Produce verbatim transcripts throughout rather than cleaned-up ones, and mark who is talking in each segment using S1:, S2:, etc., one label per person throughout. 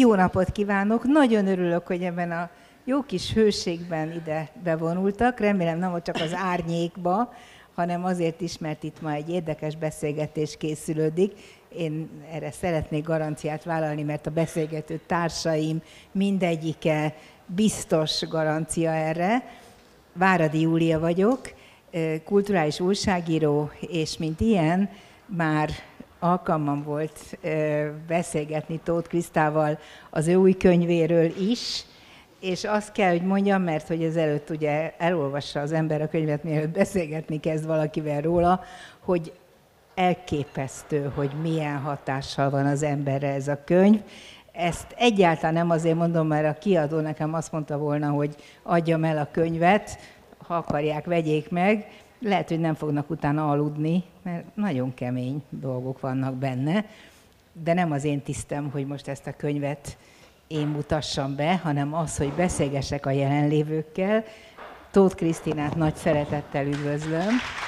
S1: Jó napot kívánok! Nagyon örülök, hogy ebben a jó kis hőségben ide bevonultak. Remélem nem csak az árnyékba, hanem azért is, mert itt ma egy érdekes beszélgetés készülődik. Én erre szeretnék garanciát vállalni, mert a beszélgető társaim mindegyike biztos garancia erre. Váradi Júlia vagyok, kulturális újságíró, és mint ilyen már alkalmam volt beszélgetni Tóth Krisztával az ő új könyvéről is, és azt kell, hogy mondjam, mert hogy ezelőtt ugye elolvassa az ember a könyvet, mielőtt beszélgetni kezd valakivel róla, hogy elképesztő, hogy milyen hatással van az emberre ez a könyv. Ezt egyáltalán nem azért mondom, mert a kiadó nekem azt mondta volna, hogy adjam el a könyvet, ha akarják, vegyék meg. Lehet, hogy nem fognak utána aludni, mert nagyon kemény dolgok vannak benne, de nem az én tisztem, hogy most ezt a könyvet én mutassam be, hanem az, hogy beszélgessek a jelenlévőkkel. Tóth Krisztinát nagy szeretettel üdvözlöm.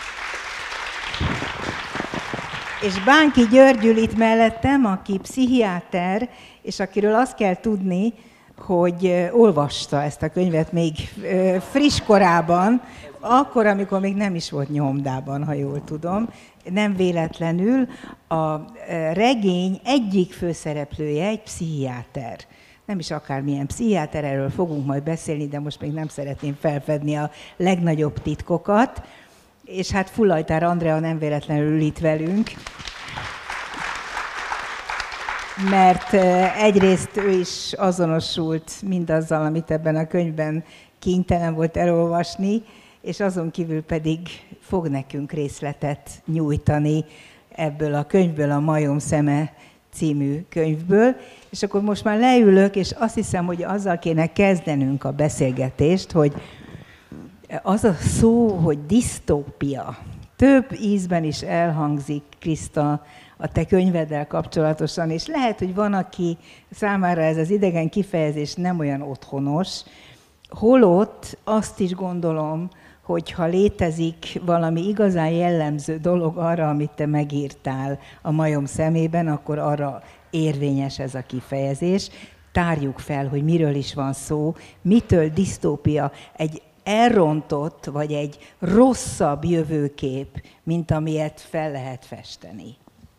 S1: És Bánki György ül itt mellettem, aki pszichiáter, és akiről azt kell tudni, hogy olvasta ezt a könyvet még friss korában, akkor, amikor még nem is volt nyomdában, ha jól tudom. Nem véletlenül a regény egyik főszereplője egy pszichiáter. Nem is akármilyen pszichiáter, erről fogunk majd beszélni, de most még nem szeretném felfedni a legnagyobb titkokat. És hát Fullajtár Andrea nem véletlenül ül itt velünk, mert egyrészt ő is azonosult mindazzal, amit ebben a könyvben kénytelen volt elolvasni, és azon kívül pedig fog nekünk részletet nyújtani ebből a könyvből, a Majom szeme című könyvből. És akkor most már leülök, és azt hiszem, hogy azzal kéne kezdenünk a beszélgetést, hogy az a szó, hogy disztópia, több ízben is elhangzik, Kriszta, a te könyveddel kapcsolatosan, és lehet, hogy van, aki számára ez az idegen kifejezés nem olyan otthonos, holott azt is gondolom, hogy ha létezik valami igazán jellemző dolog arra, amit te megírtál a Majom szemében, akkor arra érvényes ez a kifejezés. Tárjuk fel, hogy miről is van szó, mitől disztópia, egy elrontott, vagy egy rosszabb jövőkép, mint amilyet fel lehet festeni.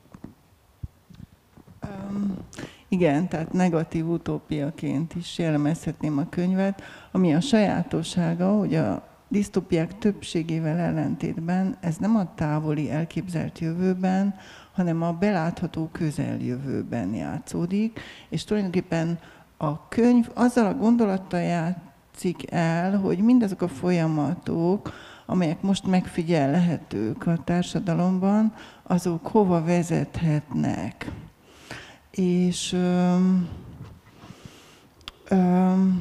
S2: Um, igen, tehát negatív utópiaként is jellemezhetném a könyvet, ami a sajátossága, hogy a disztópiák többségével ellentétben ez nem a távoli elképzelt jövőben, hanem a belátható közeljövőben játszódik, és tulajdonképpen a könyv azzal a gondolattal játszik el, hogy mindazok a folyamatok, amelyek most megfigyelhetők a társadalomban, azok hova vezethetnek. És öm, öm,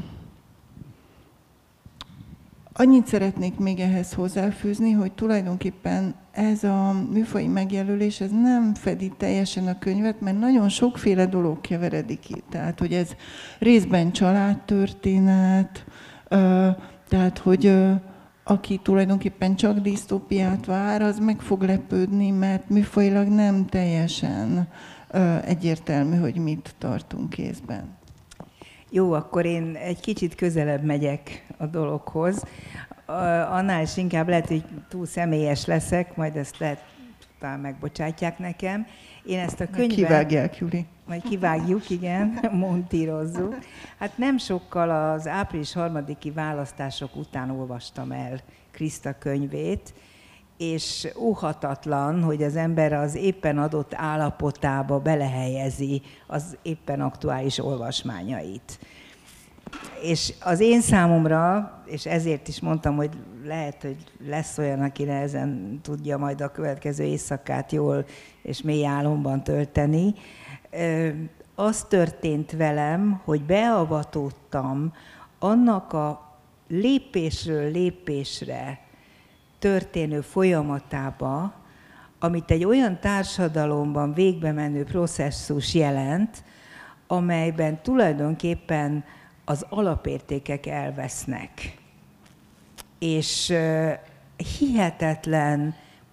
S2: annyit szeretnék még ehhez hozzáfűzni, hogy tulajdonképpen ez a műfaji megjelölés ez nem fedi teljesen a könyvet, mert nagyon sokféle dolog keveredik itt. Tehát, hogy ez részben családtörténet, tehát, hogy aki tulajdonképpen csak disztópiát vár, az meg fog lepődni, mert műfajilag nem teljesen egyértelmű, hogy mit tartunk kézben.
S1: Jó, akkor én egy kicsit közelebb megyek a dologhoz. Annál is inkább lehet, hogy túl személyes leszek, majd ezt lehet, talán megbocsátják nekem. Én ezt a könyvet...
S2: Kivágják, Juli.
S1: Majd kivágjuk, igen, montírozzuk. Hát nem sokkal az április harmadiki választások után olvastam el Kriszta könyvét, és óhatatlan, hogy az ember az éppen adott állapotába belehelyezi az éppen aktuális olvasmányait. És az én számomra, és ezért is mondtam, hogy lehet, hogy lesz olyan, aki nehezen tudja majd a következő éjszakát jól és mély álomban tölteni, az történt velem, hogy beavatódtam annak a lépésről lépésre történő folyamatába, amit egy olyan társadalomban végbe menő processzus jelent, amelyben tulajdonképpen az alapértékek elvesznek. És hihetetlen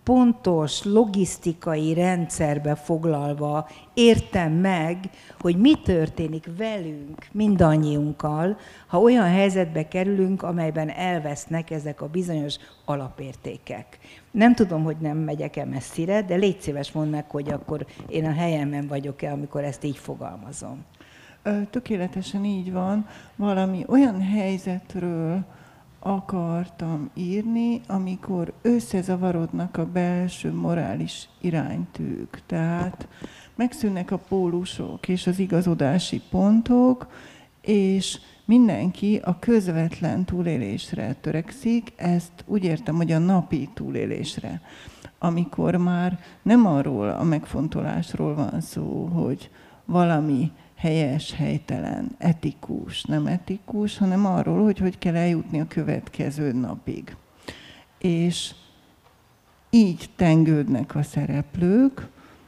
S1: pontos, logisztikai rendszerbe foglalva értem meg, hogy mi történik velünk, mindannyiunkkal, ha olyan helyzetbe kerülünk, amelyben elvesznek ezek a bizonyos alapértékek. Nem tudom, hogy nem megyek-e messzire, de légy szíves, mondd meg, hogy akkor én a helyemen vagyok-e, amikor ezt így fogalmazom.
S2: Tökéletesen így van. Valami olyan helyzetről akartam írni, amikor összezavarodnak a belső morális iránytűk. Tehát megszűnnek a pólusok és az igazodási pontok, és mindenki a közvetlen túlélésre törekszik, ezt úgy értem, hogy a napi túlélésre. Amikor már nem arról a megfontolásról van szó, hogy valami helyes, helytelen, etikus, nem etikus, hanem arról, hogy hogy kell eljutni a következő napig. És így tengődnek a szereplők,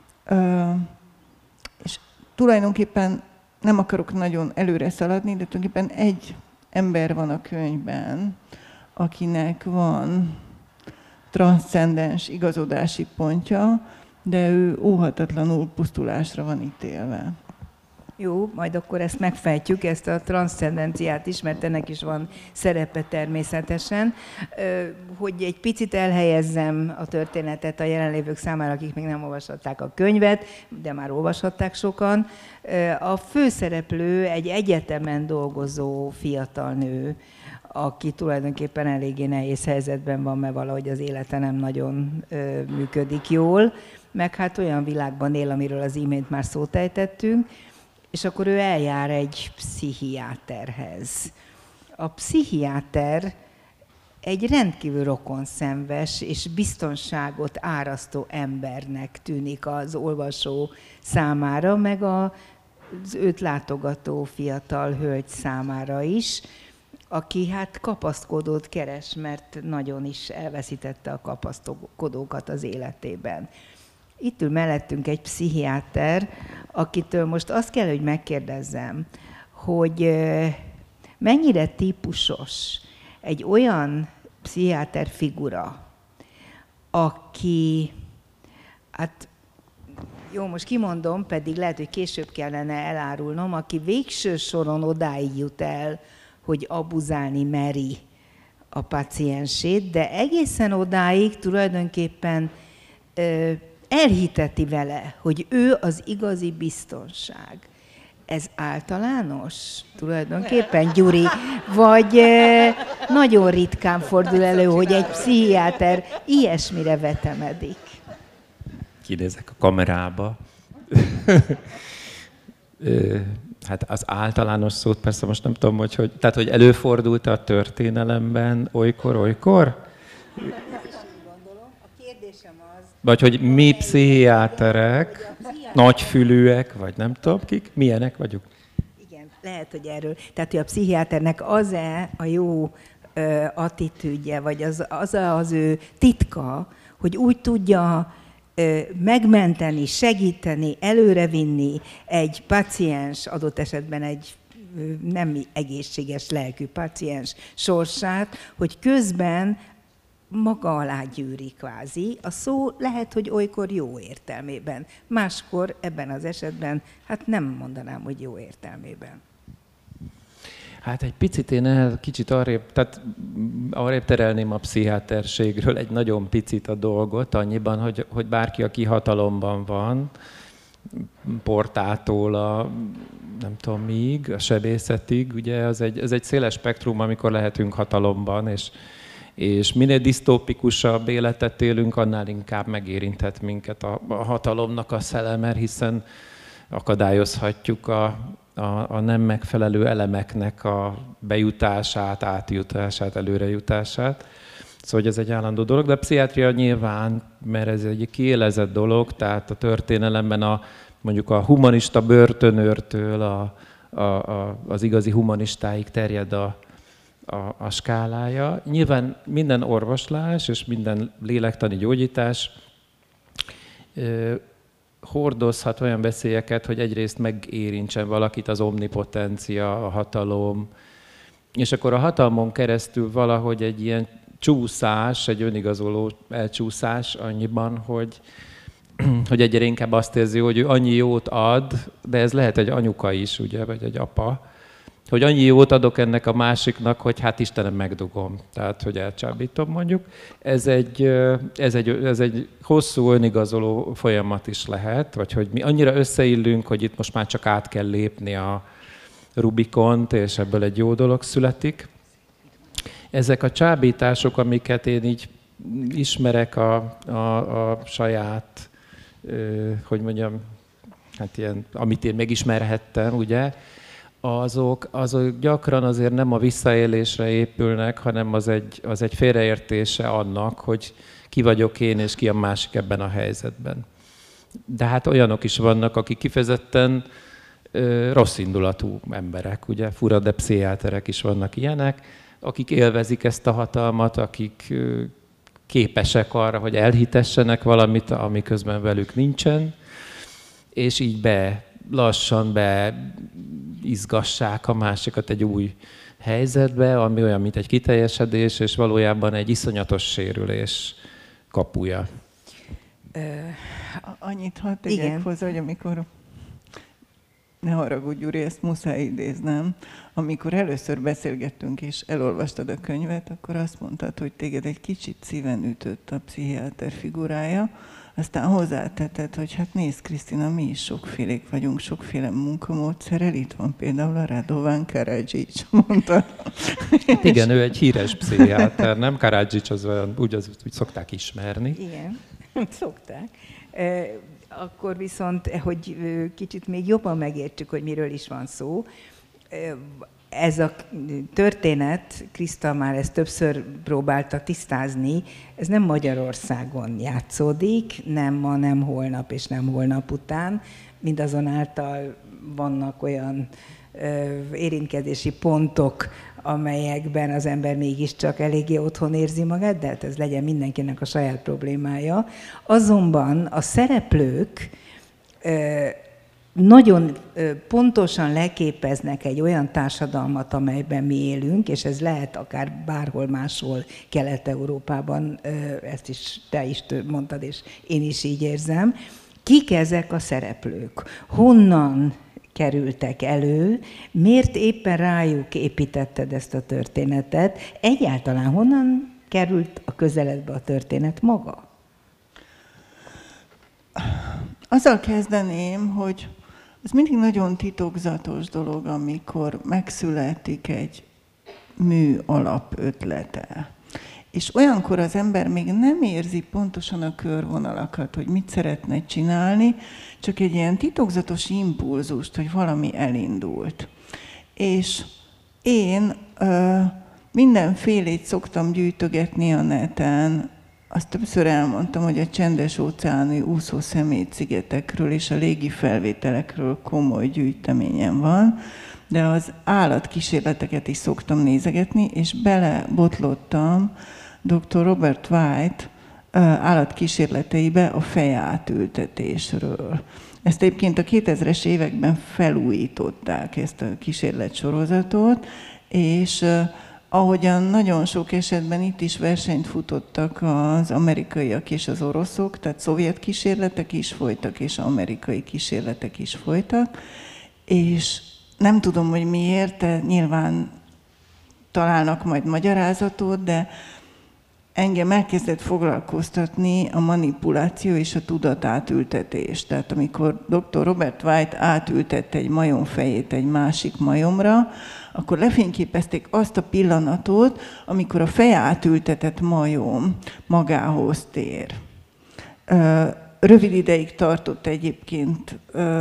S2: és tulajdonképpen nem akarok nagyon előre szaladni, de tulajdonképpen egy ember van a könyvben, akinek van transzcendens igazodási pontja, de ő óhatatlanul pusztulásra van ítélve.
S1: Jó, majd akkor ezt megfejtjük, ezt a transzcendenciát is, mert ennek is van szerepe természetesen. Hogy egy picit elhelyezzem a történetet a jelenlévők számára, akik még nem olvashatták a könyvet, de már olvashatták sokan. A főszereplő egy egyetemen dolgozó fiatal nő, aki tulajdonképpen eléggé nehéz helyzetben van, mert valahogy az élete nem nagyon működik jól, meg hát olyan világban él, amiről az imént már szót ejtettünk, és akkor ő eljár egy pszichiáterhez. A pszichiáter egy rendkívül rokonszenves és biztonságot árasztó embernek tűnik az olvasó számára, meg az őt látogató fiatal hölgy számára is, aki hát kapaszkodót keres, mert nagyon is elveszítette a kapaszkodókat az életében. Itt ül mellettünk egy pszichiáter, akitől most azt kell, hogy megkérdezzem, hogy mennyire típusos egy olyan pszichiáter figura, aki, hát jó, most kimondom, pedig lehet, hogy később kellene elárulnom, aki végső soron odáig jut el, hogy abuzálni meri a paciensét, de egészen odáig tulajdonképpen ö, elhiteti vele, hogy ő az igazi biztonság. Ez általános tulajdonképpen, Gyuri? Vagy e, nagyon ritkán fordul elő, hogy egy pszichiáter ilyesmire vetemedik?
S3: Kinézek a kamerába. Hát az általános szót persze most nem tudom, hogy, hogy tehát, hogy előfordult a történelemben olykor, olykor? Vagy hogy mi pszichiáterek, nagyfülűek, vagy nem tudom kik, milyenek vagyunk?
S1: Igen, lehet, hogy erről. Tehát, hogy a pszichiáternek az-e a jó ö, attitűdje, vagy az, az az ő titka, hogy úgy tudja ö, megmenteni, segíteni, előrevinni egy paciens, adott esetben egy ö, nem egészséges lelkű paciens sorsát, hogy közben maga alá gyűri kvázi. A szó lehet, hogy olykor jó értelmében. Máskor ebben az esetben, hát nem mondanám, hogy jó értelmében.
S3: Hát egy picit én el, kicsit arrébb, tehát arrébb terelném a pszichiáterségről egy nagyon picit a dolgot, annyiban, hogy, hogy bárki, aki hatalomban van, portától a nem tudom míg, a sebészetig, ugye ez egy, ez egy széles spektrum, amikor lehetünk hatalomban, és és minél disztópikusabb életet élünk, annál inkább megérinthet minket a, a hatalomnak a szelleme, hiszen akadályozhatjuk a, a, a nem megfelelő elemeknek a bejutását, átjutását, előrejutását. Szóval ez egy állandó dolog, de a pszichiátria nyilván, mert ez egy kiélezett dolog, tehát a történelemben a, mondjuk a humanista börtönőrtől a, a, a, az igazi humanistáig terjed a A, a skálája. Nyilván minden orvoslás és minden lélektani gyógyítás ö, hordozhat olyan veszélyeket, hogy egyrészt megérintsen valakit az omnipotencia, a hatalom, és akkor a hatalmon keresztül valahogy egy ilyen csúszás, egy önigazoló elcsúszás annyiban, hogy, hogy egyre inkább azt érzi, hogy ő annyi jót ad, de ez lehet egy anyuka is, ugye, vagy egy apa, hogy annyi jót adok ennek a másiknak, hogy hát Istenem megdugom, tehát hogy elcsábítom mondjuk. Ez egy, ez egy, ez egy hosszú önigazoló folyamat is lehet, vagy hogy mi annyira összeillünk, hogy itt most már csak át kell lépni a Rubikont, és ebből egy jó dolog születik. Ezek a csábítások, amiket én így ismerek a, a, a saját, hogy mondjam, hát ilyen, amit én megismerhettem, ugye, azok, azok gyakran azért nem a visszaélésre épülnek, hanem az egy, az egy félreértése annak, hogy ki vagyok én, és ki a másik ebben a helyzetben. De hát olyanok is vannak, akik kifejezetten ö, rossz indulatú emberek, ugye, fura, de pszichiáterek is vannak ilyenek, akik élvezik ezt a hatalmat, akik ö, képesek arra, hogy elhitessenek valamit, ami közben velük nincsen, és így be lassan beizgassák a másikat egy új helyzetbe, ami olyan, mint egy kiteljesedés, és valójában egy iszonyatos sérülés kapuja.
S2: Annyit hadd tegyek hozzá, hogy amikor, ne haragudj, Gyuri, ezt muszáj idéznem, amikor először beszélgettünk és elolvastad a könyvet, akkor azt mondtad, hogy téged egy kicsit szíven ütött a pszichiáter figurája, aztán hozzátetted, hogy hát nézd, Krisztina, mi is sokfélék vagyunk, sokféle munkamódszerrel. Itt van például a Radovan Karadzic, mondta.
S3: Hát igen, ő egy híres pszichiáter, nem? Karadzic az olyan, úgy, az, úgy szokták ismerni.
S1: Igen, szokták. Akkor viszont, hogy kicsit még jobban megértsük, hogy miről is van szó, ez a történet, Kriszta már ezt többször próbálta tisztázni, ez nem Magyarországon játszódik, nem ma, nem holnap és nem holnap után, mindazonáltal vannak olyan ö, érintkezési pontok, amelyekben az ember mégiscsak eléggé otthon érzi magát, de hát ez legyen mindenkinek a saját problémája. Azonban a szereplők ö, nagyon pontosan leképeznek egy olyan társadalmat, amelyben mi élünk, és ez lehet akár bárhol máshol Kelet-Európában, ezt is te is mondtad, és én is így érzem. Kik ezek a szereplők? Honnan kerültek elő? Miért éppen rájuk építetted ezt a történetet? Egyáltalán honnan került a közeledbe a történet maga?
S2: Azzal kezdeném, hogy ez mindig nagyon titokzatos dolog, amikor megszületik egy mű alapötlete. És olyankor az ember még nem érzi pontosan a körvonalakat, hogy mit szeretne csinálni, csak egy ilyen titokzatos impulzust, hogy valami elindult. És én ö, mindenfélét szoktam gyűjtögetni a neten. Azt többször elmondtam, hogy a csendes-óceáni úszószemét-szigetekről és a légi felvételekről komoly gyűjteményem van, de az állatkísérleteket is szoktam nézegetni, és belebotlottam doktor Robert White állatkísérleteibe a fejátültetésről. Ezt egyébként a kétezres években felújították, ezt a kísérletsorozatot, és ahogyan nagyon sok esetben itt is versenyt futottak az amerikaiak és az oroszok, tehát szovjet kísérletek is folytak, és amerikai kísérletek is folytak, és nem tudom, hogy miért, de nyilván találnak majd magyarázatot, de engem elkezdett foglalkoztatni a manipuláció és a tudatátültetés. Tehát amikor doktor Robert White átültette egy majom fejét egy másik majomra, akkor lefényképezték azt a pillanatot, amikor a feje átültetett majom magához tér. Rövid ideig tartott egyébként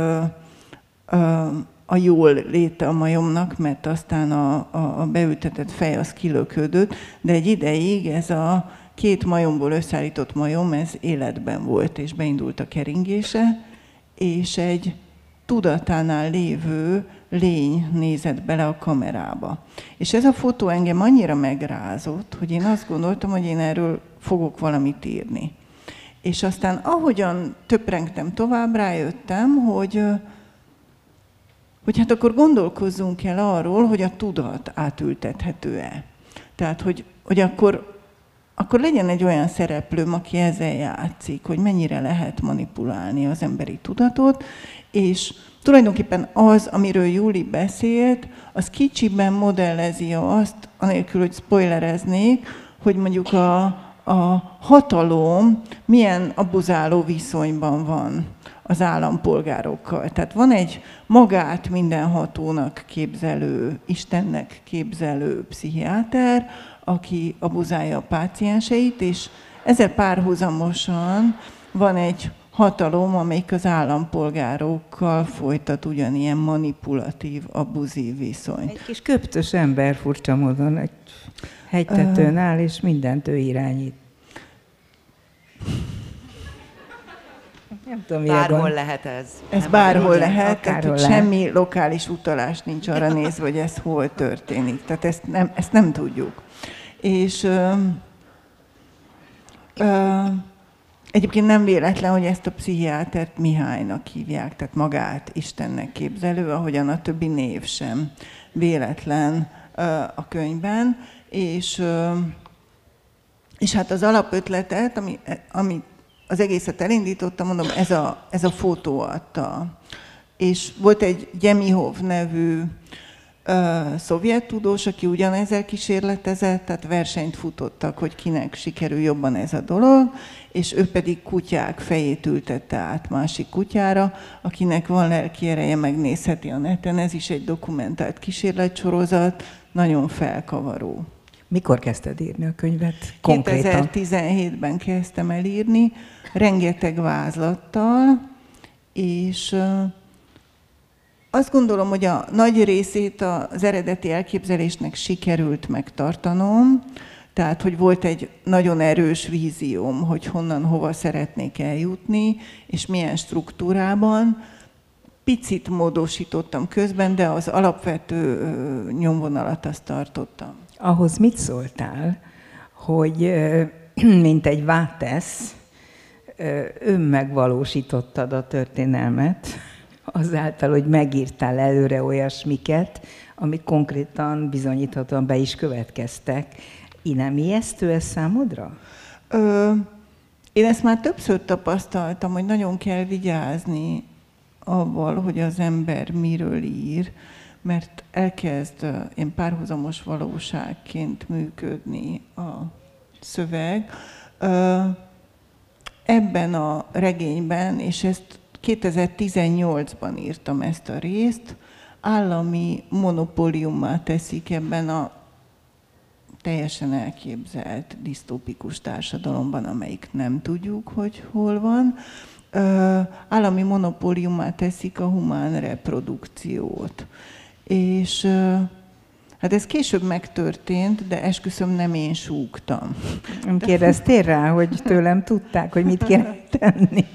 S2: a jól léte a majomnak, mert aztán a, a, a beültetett fej az kilöködött, de egy ideig ez a két majomból összeállított majom, ez életben volt, és beindult a keringése, és egy tudatánál lévő lény nézett bele a kamerába. És ez a fotó engem annyira megrázott, hogy én azt gondoltam, hogy én erről fogok valamit írni. És aztán ahogyan töprengtem tovább, rájöttem, hogy hogy hát akkor gondolkozzunk el arról, hogy a tudat átültethető-e. Tehát, hogy, hogy akkor akkor legyen egy olyan szereplőm, aki ezzel játszik, hogy mennyire lehet manipulálni az emberi tudatot, és tulajdonképpen az, amiről Júli beszélt, az kicsiben modellezi azt, anélkül, hogy spoilereznék, hogy mondjuk a, a hatalom milyen abuzáló viszonyban van az állampolgárokkal. Tehát van egy magát mindenhatónak képzelő, Istennek képzelő pszichiáter, aki abuzálja a pácienseit, és ezzel párhuzamosan van egy hatalom, amelyik az állampolgárokkal folytat ugyanilyen manipulatív, abuzív viszonyt.
S1: Egy kis köptös ember furcsa módon egy hegytetőn áll, és mindent ő irányít. Nem tudom,
S4: bárhol
S1: gond...
S4: lehet ez.
S2: Ez
S4: nem
S2: bárhol
S1: igen,
S2: lehet, tehát hogy
S1: lehet.
S2: semmi lokális utalás nincs arra nézve, hogy ez hol történik. Tehát ezt nem, ezt nem tudjuk. És ö, ö, egyébként nem véletlen, hogy ezt a pszichiátert Mihálynak hívják, tehát magát Istennek képzelő, ahogyan a többi név sem véletlen ö, a könyvben. És, ö, és hát az alapötletet, ami, ami az egészet elindította, mondom, ez a, ez a fotó adta. És volt egy Gyemihov nevű ö, szovjet tudós, aki ugyanezzel kísérletezett, tehát versenyt futottak, hogy kinek sikerül jobban ez a dolog, és ő pedig kutyák fejét ültette át másik kutyára, akinek van lelki ereje, megnézheti a neten, ez is egy dokumentált kísérletsorozat, nagyon felkavaró.
S1: Mikor kezdted írni a könyvet? Konkrétan?
S2: kétezer-tizenhétben kezdtem el írni, rengeteg vázlattal, és azt gondolom, hogy a nagy részét az eredeti elképzelésnek sikerült megtartanom, tehát, hogy volt egy nagyon erős vízióm, hogy honnan, hova szeretnék eljutni, és milyen struktúrában. Picit módosítottam közben, de az alapvető nyomvonalat azt tartottam.
S1: Ahhoz mit szóltál, hogy mint egy vátesz, önmegvalósítottad a történelmet, azáltal, hogy megírtál előre olyasmiket, amik konkrétan bizonyíthatóan be is következtek. Nem ijesztő ez számodra?
S2: Ö, én ezt már többször tapasztaltam, hogy nagyon kell vigyázni avval, hogy az ember miről ír, mert elkezd ilyen párhuzamos valóságként működni a szöveg. Ebben a regényben, és ezt kétezer-tizennyolcban írtam ezt a részt, állami monopóliummá teszik ebben a teljesen elképzelt disztópikus társadalomban, amelyik nem tudjuk, hogy hol van, állami monopóliummá teszik a humán reprodukciót. És hát ez később megtörtént, de esküszöm nem én súgtam.
S1: Nem kérdeztél rá, hogy tőlem tudták, hogy mit kéne tenni?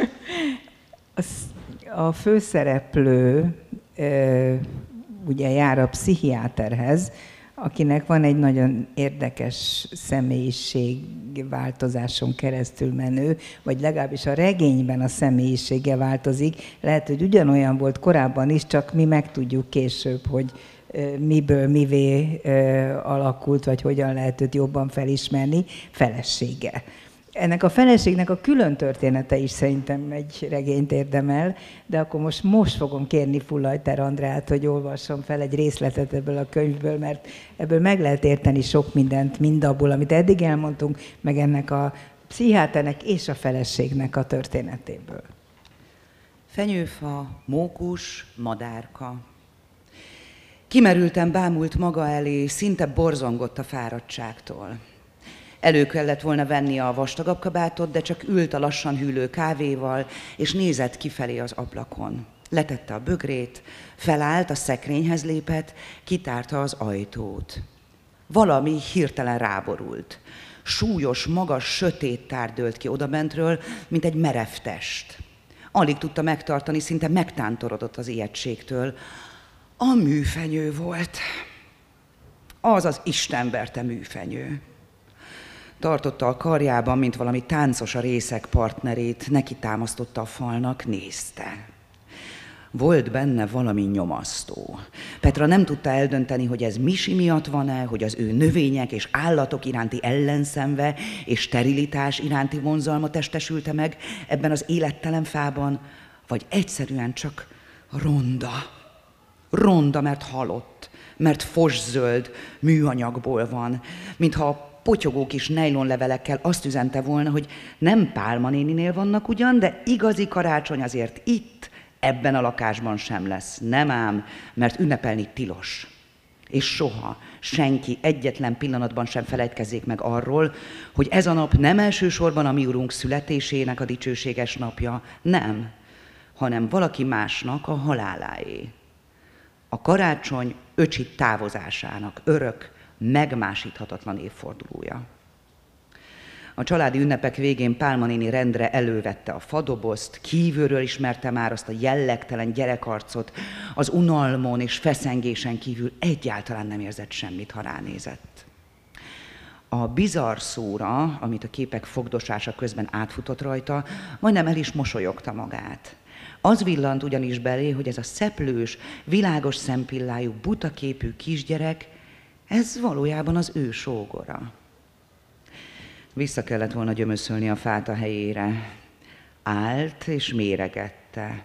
S1: A főszereplő ugye jár a pszichiáterhez, akinek van egy nagyon érdekes személyiségváltozáson keresztül menő, vagy legalábbis a regényben a személyisége változik. Lehet, hogy ugyanolyan volt korábban is, csak mi megtudjuk később, hogy miből mivé alakult, vagy hogyan lehet őt jobban felismerni, felesége. Ennek a feleségnek a külön története is szerintem egy regényt érdemel, de akkor most, most fogom kérni Fullajter Andrát, hogy olvasson fel egy részletet ebből a könyvből, mert ebből meg lehet érteni sok mindent, mindabból, amit eddig elmondtunk, meg ennek a pszichiáternek és a feleségnek a történetéből.
S4: Fenyőfa, mókus, madárka. Kimerülten bámult maga elé, szinte borzongott a fáradtságtól. Elő kellett volna venni a vastagabb kabátot, de csak ült a lassan hűlő kávéval, és nézett kifelé az ablakon. Letette a bögrét, felállt, a szekrényhez lépett, kitárta az ajtót. Valami hirtelen ráborult. Súlyos, magas, sötét tár dőlt ki odabentről, mint egy merev test. Alig tudta megtartani, szinte megtántorodott az ijegységtől. A műfenyő volt. Az az istenverte műfenyő. Tartotta a karjában, mint valami táncos a részek partnerét, neki támasztotta a falnak, nézte. Volt benne valami nyomasztó. Petra nem tudta eldönteni, hogy ez Misi miatt van-e, hogy az ő növények és állatok iránti ellenszenve és sterilitás iránti vonzalma testesülte meg ebben az élettelen fában, vagy egyszerűen csak ronda. Ronda, mert halott, mert foszzöld műanyagból van, mintha a potyogó kis nejlonlevelekkel azt üzente volna, hogy nem Pálma néninél vannak ugyan, de igazi karácsony azért itt, ebben a lakásban sem lesz. Nem ám, mert ünnepelni tilos. És soha senki egyetlen pillanatban sem felejtkezzék meg arról, hogy ez a nap nem elsősorban a mi Urunk születésének a dicsőséges napja, nem, hanem valaki másnak a haláláé. A karácsony öcsi távozásának örök, megmásíthatatlan évfordulója. A családi ünnepek végén Pálma néni rendre elővette a fadobozt, kívülről ismerte már azt a jellegtelen gyerekarcot, az unalmon és feszengésen kívül egyáltalán nem érzett semmit, ha ránézett. A bizarr szóra, amit a képek fogdosása közben átfutott rajta, majdnem el is mosolyogta magát. Az villant ugyanis belé, hogy ez a szeplős, világos szempillájú, butaképű kisgyerek, ez valójában az ő sógora. Vissza kellett volna gyömöszölni a fát a helyére. Állt és méregette.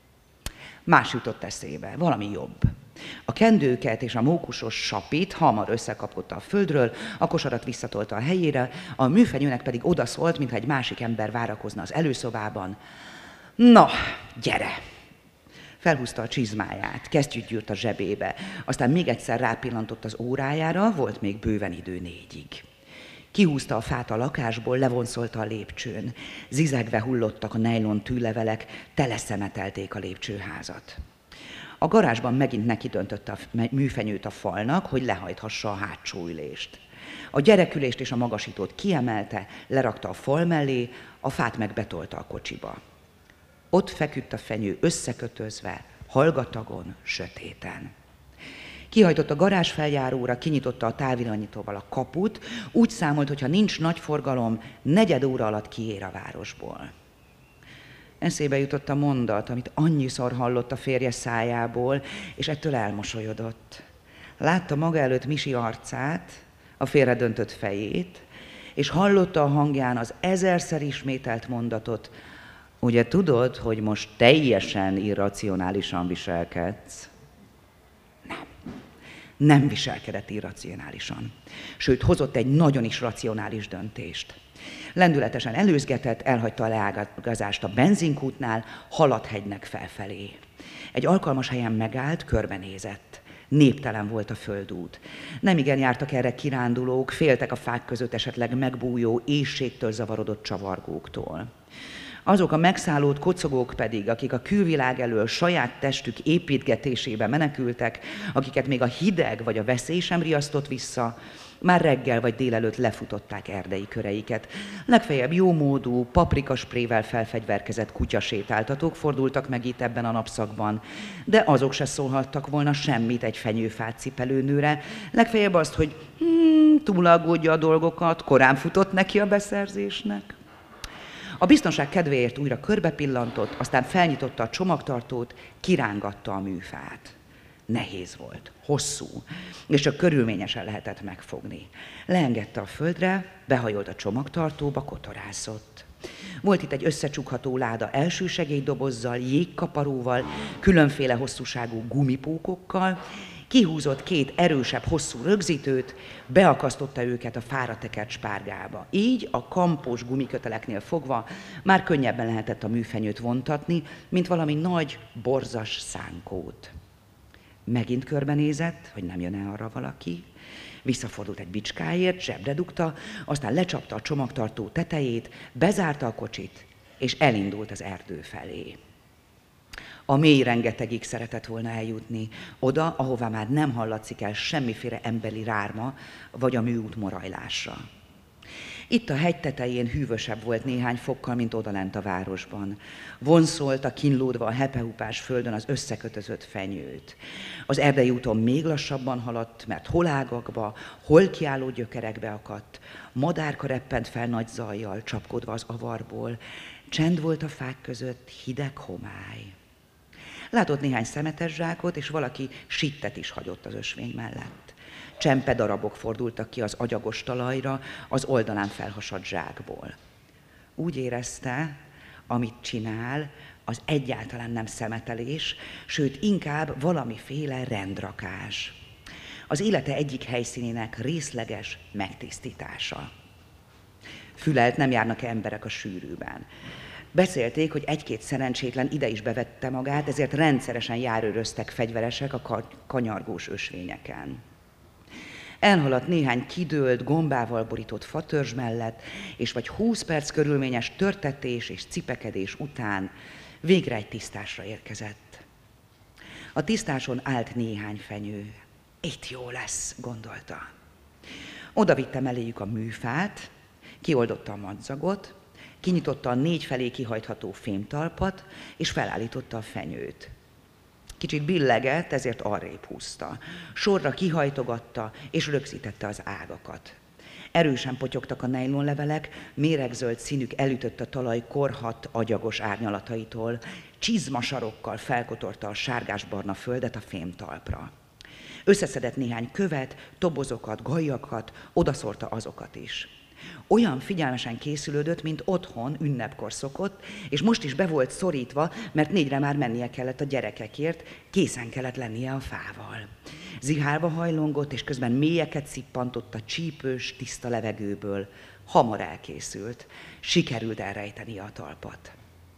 S4: Más jutott eszébe, valami jobb. A kendőket és a mókusos sapit hamar összekapott a földről, a kosarat visszatolta a helyére, a műfenyőnek pedig odaszólt, mintha egy másik ember várakozna az előszobában. Na, gyere! Felhúzta a csizmáját, kesztyűt gyűrt a zsebébe, aztán még egyszer rápillantott az órájára, volt még bőven idő négyig. Kihúzta a fát a lakásból, levonszolta a lépcsőn. Zizegve hullottak a nejlon tűlevelek, teleszemetelték a lépcsőházat. A garázsban megint nekidöntötte a műfenyőt a falnak, hogy lehajthassa a hátsó ülést. A gyerekülést és a magasítót kiemelte, lerakta a fal mellé, a fát meg betolta a kocsiba. Ott feküdt a fenyő összekötözve, hallgatagon, sötéten. Kihajtott a garázsfeljáróra, kinyitotta a távirányítóval a kaput, úgy számolt, hogy ha nincs nagy forgalom, negyed óra alatt kiér a városból. Eszébe jutott a mondat, amit annyiszor hallott a férje szájából, és ettől elmosolyodott. Látta maga előtt Misi arcát, a félredöntött fejét, és hallotta a hangján az ezerszer ismételt mondatot, ugye tudod, hogy most teljesen irracionálisan viselkedsz? Nem. Nem viselkedett irracionálisan. Sőt, hozott egy nagyon is racionális döntést. Lendületesen előzgetett, elhagyta a leágazást a benzinkútnál, Halathegynek felfelé. Egy alkalmas helyen megállt, körbenézett. Néptelen volt a földút. Nemigen jártak erre kirándulók, féltek a fák között esetleg megbújó, éhségtől zavarodott csavargóktól. Azok a megszállott kocogók pedig, akik a külvilág elől saját testük építgetésébe menekültek, akiket még a hideg vagy a veszély sem riasztott vissza, már reggel vagy délelőtt lefutották erdei köreiket. Legfeljebb jómódú, paprikasprével felfegyverkezett kutyasétáltatók fordultak meg itt ebben a napszakban, de azok se szólhattak volna semmit egy fenyőfát cipelő nőre, legfeljebb azt, hogy hmm, túlaggódja a dolgokat, korán futott neki a beszerzésnek. A biztonság kedvéért újra körbepillantott, aztán felnyitotta a csomagtartót, kirángatta a műfát. Nehéz volt, hosszú, és csak körülményesen lehetett megfogni. Leengedte a földre, behajolt a csomagtartóba, kotorászott. Volt itt egy összecsukható láda elsősegélydobozzal, jégkaparóval, különféle hosszúságú gumipókokkal, kihúzott két erősebb, hosszú rögzítőt, beakasztotta őket a fára tekert spárgába. Így a kampós gumiköteleknél fogva már könnyebben lehetett a műfenyőt vontatni, mint valami nagy, borzas szánkót. Megint körbenézett, hogy nem jön-e arra valaki, visszafordult egy bicskáért, zsebre dugta, aztán lecsapta a csomagtartó tetejét, bezárta a kocsit, és elindult az erdő felé. A mély rengetegig szeretett volna eljutni, oda, ahová már nem hallatszik el semmiféle emberi rárma, vagy a műút morajlásra. Itt a hegy tetején hűvösebb volt néhány fokkal, mint odalent a városban. Vonszolt a kínlódva a hepehupás földön az összekötözött fenyőt. Az erdei úton még lassabban haladt, mert hol ágakba, hol kiálló gyökerekbe akadt. Madárka reppent fel nagy zajjal, csapkodva az avarból. Csend volt a fák között, hideg homály. Látott néhány szemetes zsákot, és valaki sittet is hagyott az ösvény mellett. Csempedarabok fordultak ki az agyagos talajra az oldalán felhasadt zsákból. Úgy érezte, amit csinál, az egyáltalán nem szemetelés, sőt inkább valamiféle rendrakás. Az élete egyik helyszínének részleges megtisztítása. Fülelt, nem járnak emberek a sűrűben. Beszélték, hogy egy-két szerencsétlen ide is bevette magát, ezért rendszeresen járőröztek fegyveresek a kanyargós ösvényeken. Elhaladt néhány kidőlt, gombával borított fatörzs mellett, és vagy húsz perc körülményes törtetés és cipekedés után végre egy tisztásra érkezett. A tisztáson állt néhány fenyő. Itt jó lesz, gondolta. Oda vitte melléjük a műfát, kioldotta a madzagot, kinyitotta a négy felé kihajtható fémtalpat, és felállította a fenyőt. Kicsit billegett, ezért arrébb húzta. Sorra kihajtogatta, és rögzítette az ágakat. Erősen potyogtak a nejlonlevelek, méregzöld színük elütött a talaj korhadt, agyagos árnyalataitól, csizmasarokkal felkotorta a sárgásbarna földet a fémtalpra. Összeszedett néhány követ, tobozokat, gajjakat, odaszórta azokat is. Olyan figyelmesen készülődött, mint otthon ünnepkor szokott, és most is be volt szorítva, mert négyre már mennie kellett a gyerekekért, készen kellett lennie a fával. Zihálva hajlongott, és közben mélyeket szippantott a csípős, tiszta levegőből. Hamar elkészült, sikerült elrejteni a talpat.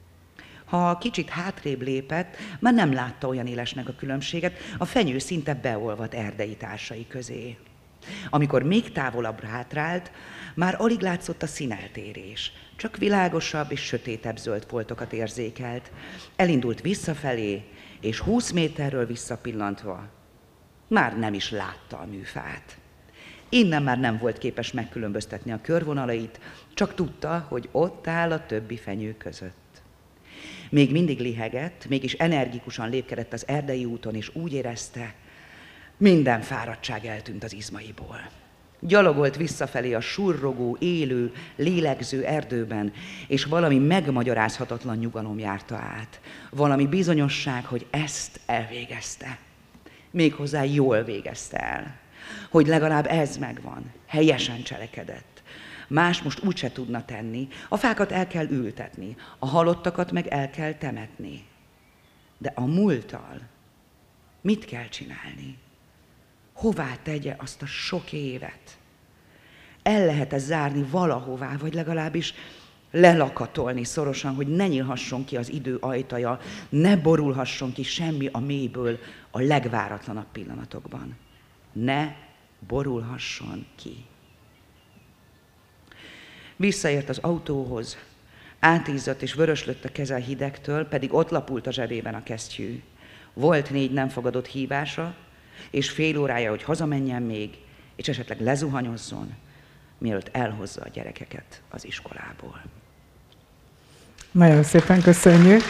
S4: Ha kicsit hátrébb lépett, már nem látta olyan élesnek a különbséget, a fenyő szinte beolvadt erdei társai közé. Amikor még távolabbra hátrált, már alig látszott a színeltérés, csak világosabb és sötétebb zöld foltokat érzékelt. Elindult visszafelé, és húsz méterről visszapillantva már nem is látta a műfát. Innen már nem volt képes megkülönböztetni a körvonalait, csak tudta, hogy ott áll a többi fenyő között. Még mindig lihegett, mégis energikusan lépkedett az erdei úton, és úgy érezte, minden fáradtság eltűnt az izmaiból. Gyalogolt visszafelé a surrogó, élő, lélegző erdőben, és valami megmagyarázhatatlan nyugalom járta át. Valami bizonyosság, hogy ezt elvégezte. Méghozzá jól végezte el. Hogy legalább ez megvan, helyesen cselekedett. Más most úgyse tudna tenni, a fákat el kell ültetni, a halottakat meg el kell temetni. De a múlttal mit kell csinálni? Hová tegye azt a sok évet? El lehet-e zárni valahová, vagy legalábbis lelakatolni szorosan, hogy ne nyílhasson ki az idő ajtaja, ne borulhasson ki semmi a mélyből a legváratlanabb pillanatokban. Ne borulhasson ki. Visszaért az autóhoz, átízzadt és vöröslött a keze a hidegtől, pedig ott lapult a zsebében a kesztyű. Volt négy nem fogadott hívása, és fél órája, hogy hazamenjen még, és esetleg lezuhanyozzon, mielőtt elhozza a gyerekeket az iskolából.
S1: Nagyon szépen köszönjük!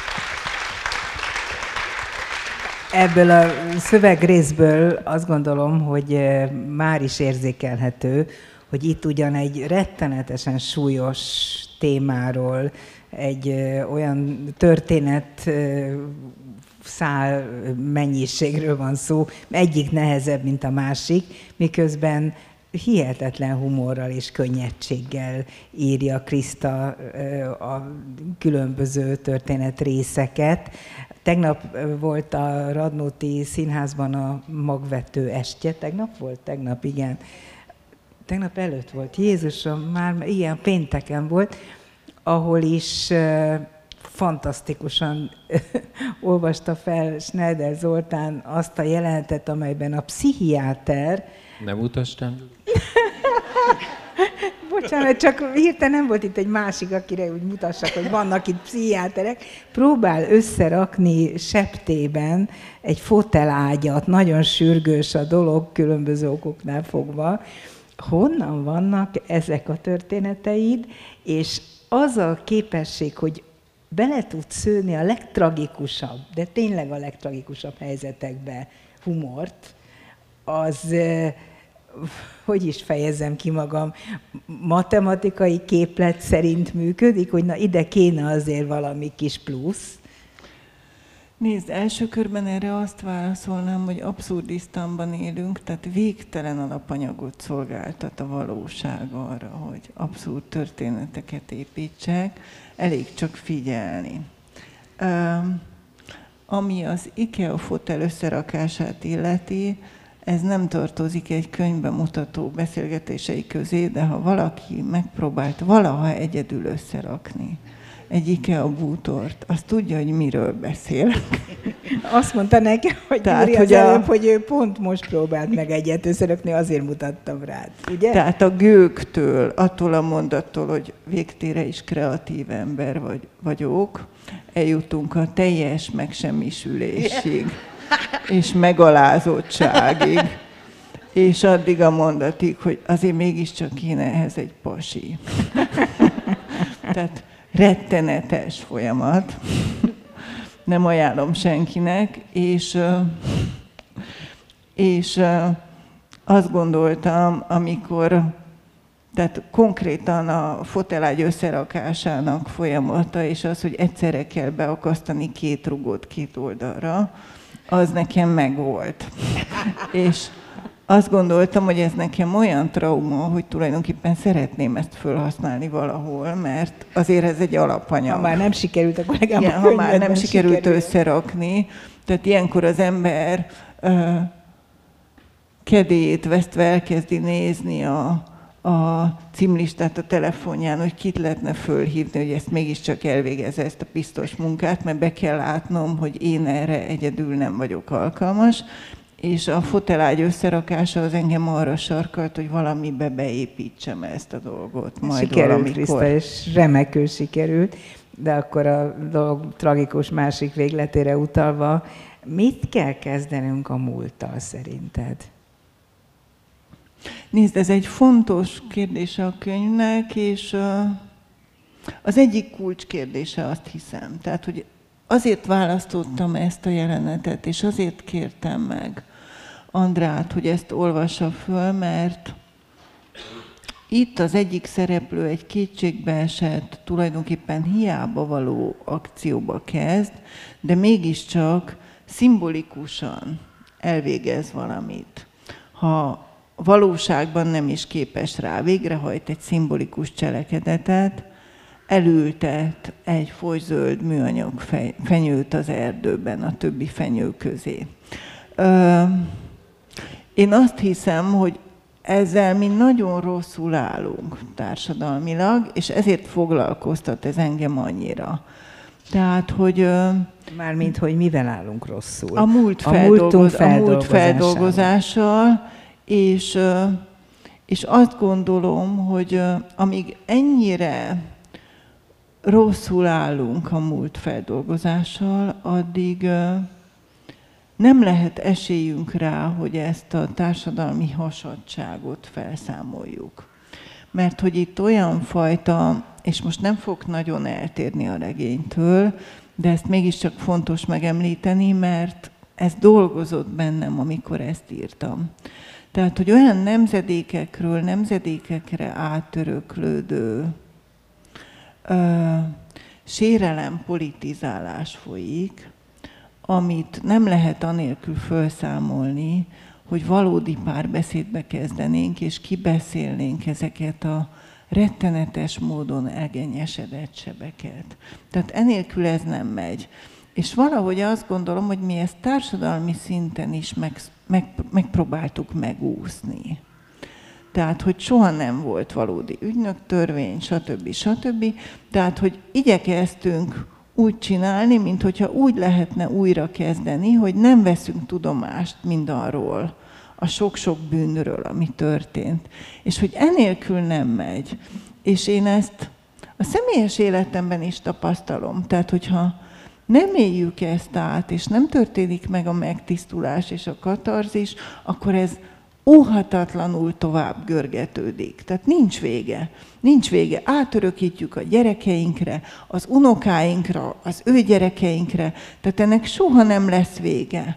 S1: Ebből a szövegrészből azt gondolom, hogy már is érzékelhető, hogy itt ugyan egy rettenetesen súlyos témáról, egy olyan történet szál mennyiségről van szó, egyik nehezebb, mint a másik, miközben hihetetlen humorral és könnyedséggel írja Kriszta a különböző történet részeket. Tegnap volt a Radnóti Színházban a magvető estje, tegnap volt? Tegnap, igen. Tegnap előtt volt, Jézusom, már ilyen pénteken volt, ahol is fantasztikusan olvasta fel Schneider Zoltán azt a jelenetet, amelyben a pszichiáter...
S3: Nem utastam?
S1: Bocsánat, csak hirtelen nem volt itt egy másik, akire úgy mutassak, hogy vannak itt pszichiáterek. Próbál összerakni septében egy fotelágyat, nagyon sürgős a dolog, különböző okoknál fogva. Honnan vannak ezek a történeteid, és az a képesség, hogy bele tud szőni a legtragikusabb, de tényleg a legtragikusabb helyzetekbe humort, az, hogy is fejezem ki magam, matematikai képlet szerint működik, hogy na ide kéne azért valami kis plusz.
S2: Nézd, első körben erre azt válaszolnám, hogy abszurdisztánban élünk, tehát végtelen alapanyagot szolgáltat a valóság arra, hogy abszurd történeteket építsek, elég csak figyelni. Um, ami az IKEA fotel összerakását illeti, ez nem tartozik egy könyvben mutató beszélgetései közé, de ha valaki megpróbált valaha egyedül összerakni egy IKEA bútort, az tudja, hogy miről beszél.
S1: Azt mondta neki, hogy
S2: Tehát,
S1: Gyuri
S2: hogy
S1: az
S2: a...
S1: előbb, hogy ő pont most próbált meg egyet összerakni, azért mutattam rád, ugye?
S2: Tehát a gőgtől, attól a mondattól, hogy végtére is kreatív ember vagy, vagyok, eljutunk a teljes megsemmisülésig, és megalázottságig, és addig a mondatig, hogy azért mégiscsak kéne ehhez egy pasi. Tehát rettenetes folyamat, nem ajánlom senkinek, és, és azt gondoltam, amikor, tehát konkrétan a fotelágy összerakásának folyamata, és az, hogy egyszerre kell beakasztani két rugót két oldalra, az nekem megvolt. És azt gondoltam, hogy ez nekem olyan trauma, hogy tulajdonképpen szeretném ezt felhasználni valahol, mert azért ez egy alapanyag.
S1: Ha már nem sikerült, akkor legalább
S2: igen, ha már nem sikerült sikerül. összerakni, tehát ilyenkor az ember uh, kedélyét vesztve elkezdi nézni a, a címlistát a telefonján, hogy kit lehetne fölhívni, hogy ezt mégiscsak elvégezze ezt a biztos munkát, mert be kell látnom, hogy én erre egyedül nem vagyok alkalmas. És a fotelágy összerakása az engem arra sarkalt, hogy valamibe beépítsem ezt a dolgot. Majd
S1: sikerült,
S2: valamikor.
S1: Kriszta, és remekül sikerült, de akkor a dolog tragikus másik végletére utalva, mit kell kezdenünk a múlttal szerinted?
S2: Nézd, ez egy fontos kérdése a könyvnek, és az egyik kulcskérdése, azt hiszem. Tehát, hogy azért választottam ezt a jelenetet, és azért kértem meg Andrát, hogy ezt olvassa föl, mert itt az egyik szereplő egy kétségbeesett, tulajdonképpen hiába való akcióba kezd, de mégiscsak szimbolikusan elvégez valamit. Ha valóságban nem is képes rá, végrehajt egy szimbolikus cselekedetet, elültet egy folyzöld műanyag fenyőt az erdőben, a többi fenyő közé. Én azt hiszem, hogy ezzel mi nagyon rosszul állunk társadalmilag, és ezért foglalkoztat ez engem annyira. Tehát, hogy...
S1: Mármint, hogy mivel állunk rosszul?
S2: A múlt,
S1: a
S2: feldolgoz, a múlt
S1: feldolgozással.
S2: feldolgozással, és, és azt gondolom, hogy amíg ennyire rosszul állunk a múlt feldolgozással, addig nem lehet esélyünk rá, hogy ezt a társadalmi hasadtságot felszámoljuk. Mert hogy itt olyan fajta, és most nem fog nagyon eltérni a regénytől, de ezt mégiscsak fontos megemlíteni, mert ez dolgozott bennem, amikor ezt írtam. Tehát, hogy olyan nemzedékekről, nemzedékekre átöröklődő ö, sérelem politizálás folyik, amit nem lehet anélkül felszámolni, hogy valódi párbeszédbe kezdenénk, és kibeszélnénk ezeket a rettenetes módon elgenyesedett sebeket. Tehát enélkül ez nem megy. És valahogy azt gondolom, hogy mi ezt társadalmi szinten is meg, meg, megpróbáltuk megúszni. Tehát, hogy soha nem volt valódi ügynöktörvény, stb. stb. Tehát, hogy igyekeztünk úgy csinálni, mint hogyha úgy lehetne újra kezdeni, hogy nem veszünk tudomást mindarról, a sok-sok bűnről, ami történt. És hogy enélkül nem megy. És én ezt a személyes életemben is tapasztalom. Tehát, hogyha nem éljük ezt át, és nem történik meg a megtisztulás és a katarzis, akkor ez óhatatlanul tovább görgetődik. Tehát nincs vége. Nincs vége. Átörökítjük a gyerekeinkre, az unokáinkra, az ő gyerekeinkre. Tehát ennek soha nem lesz vége.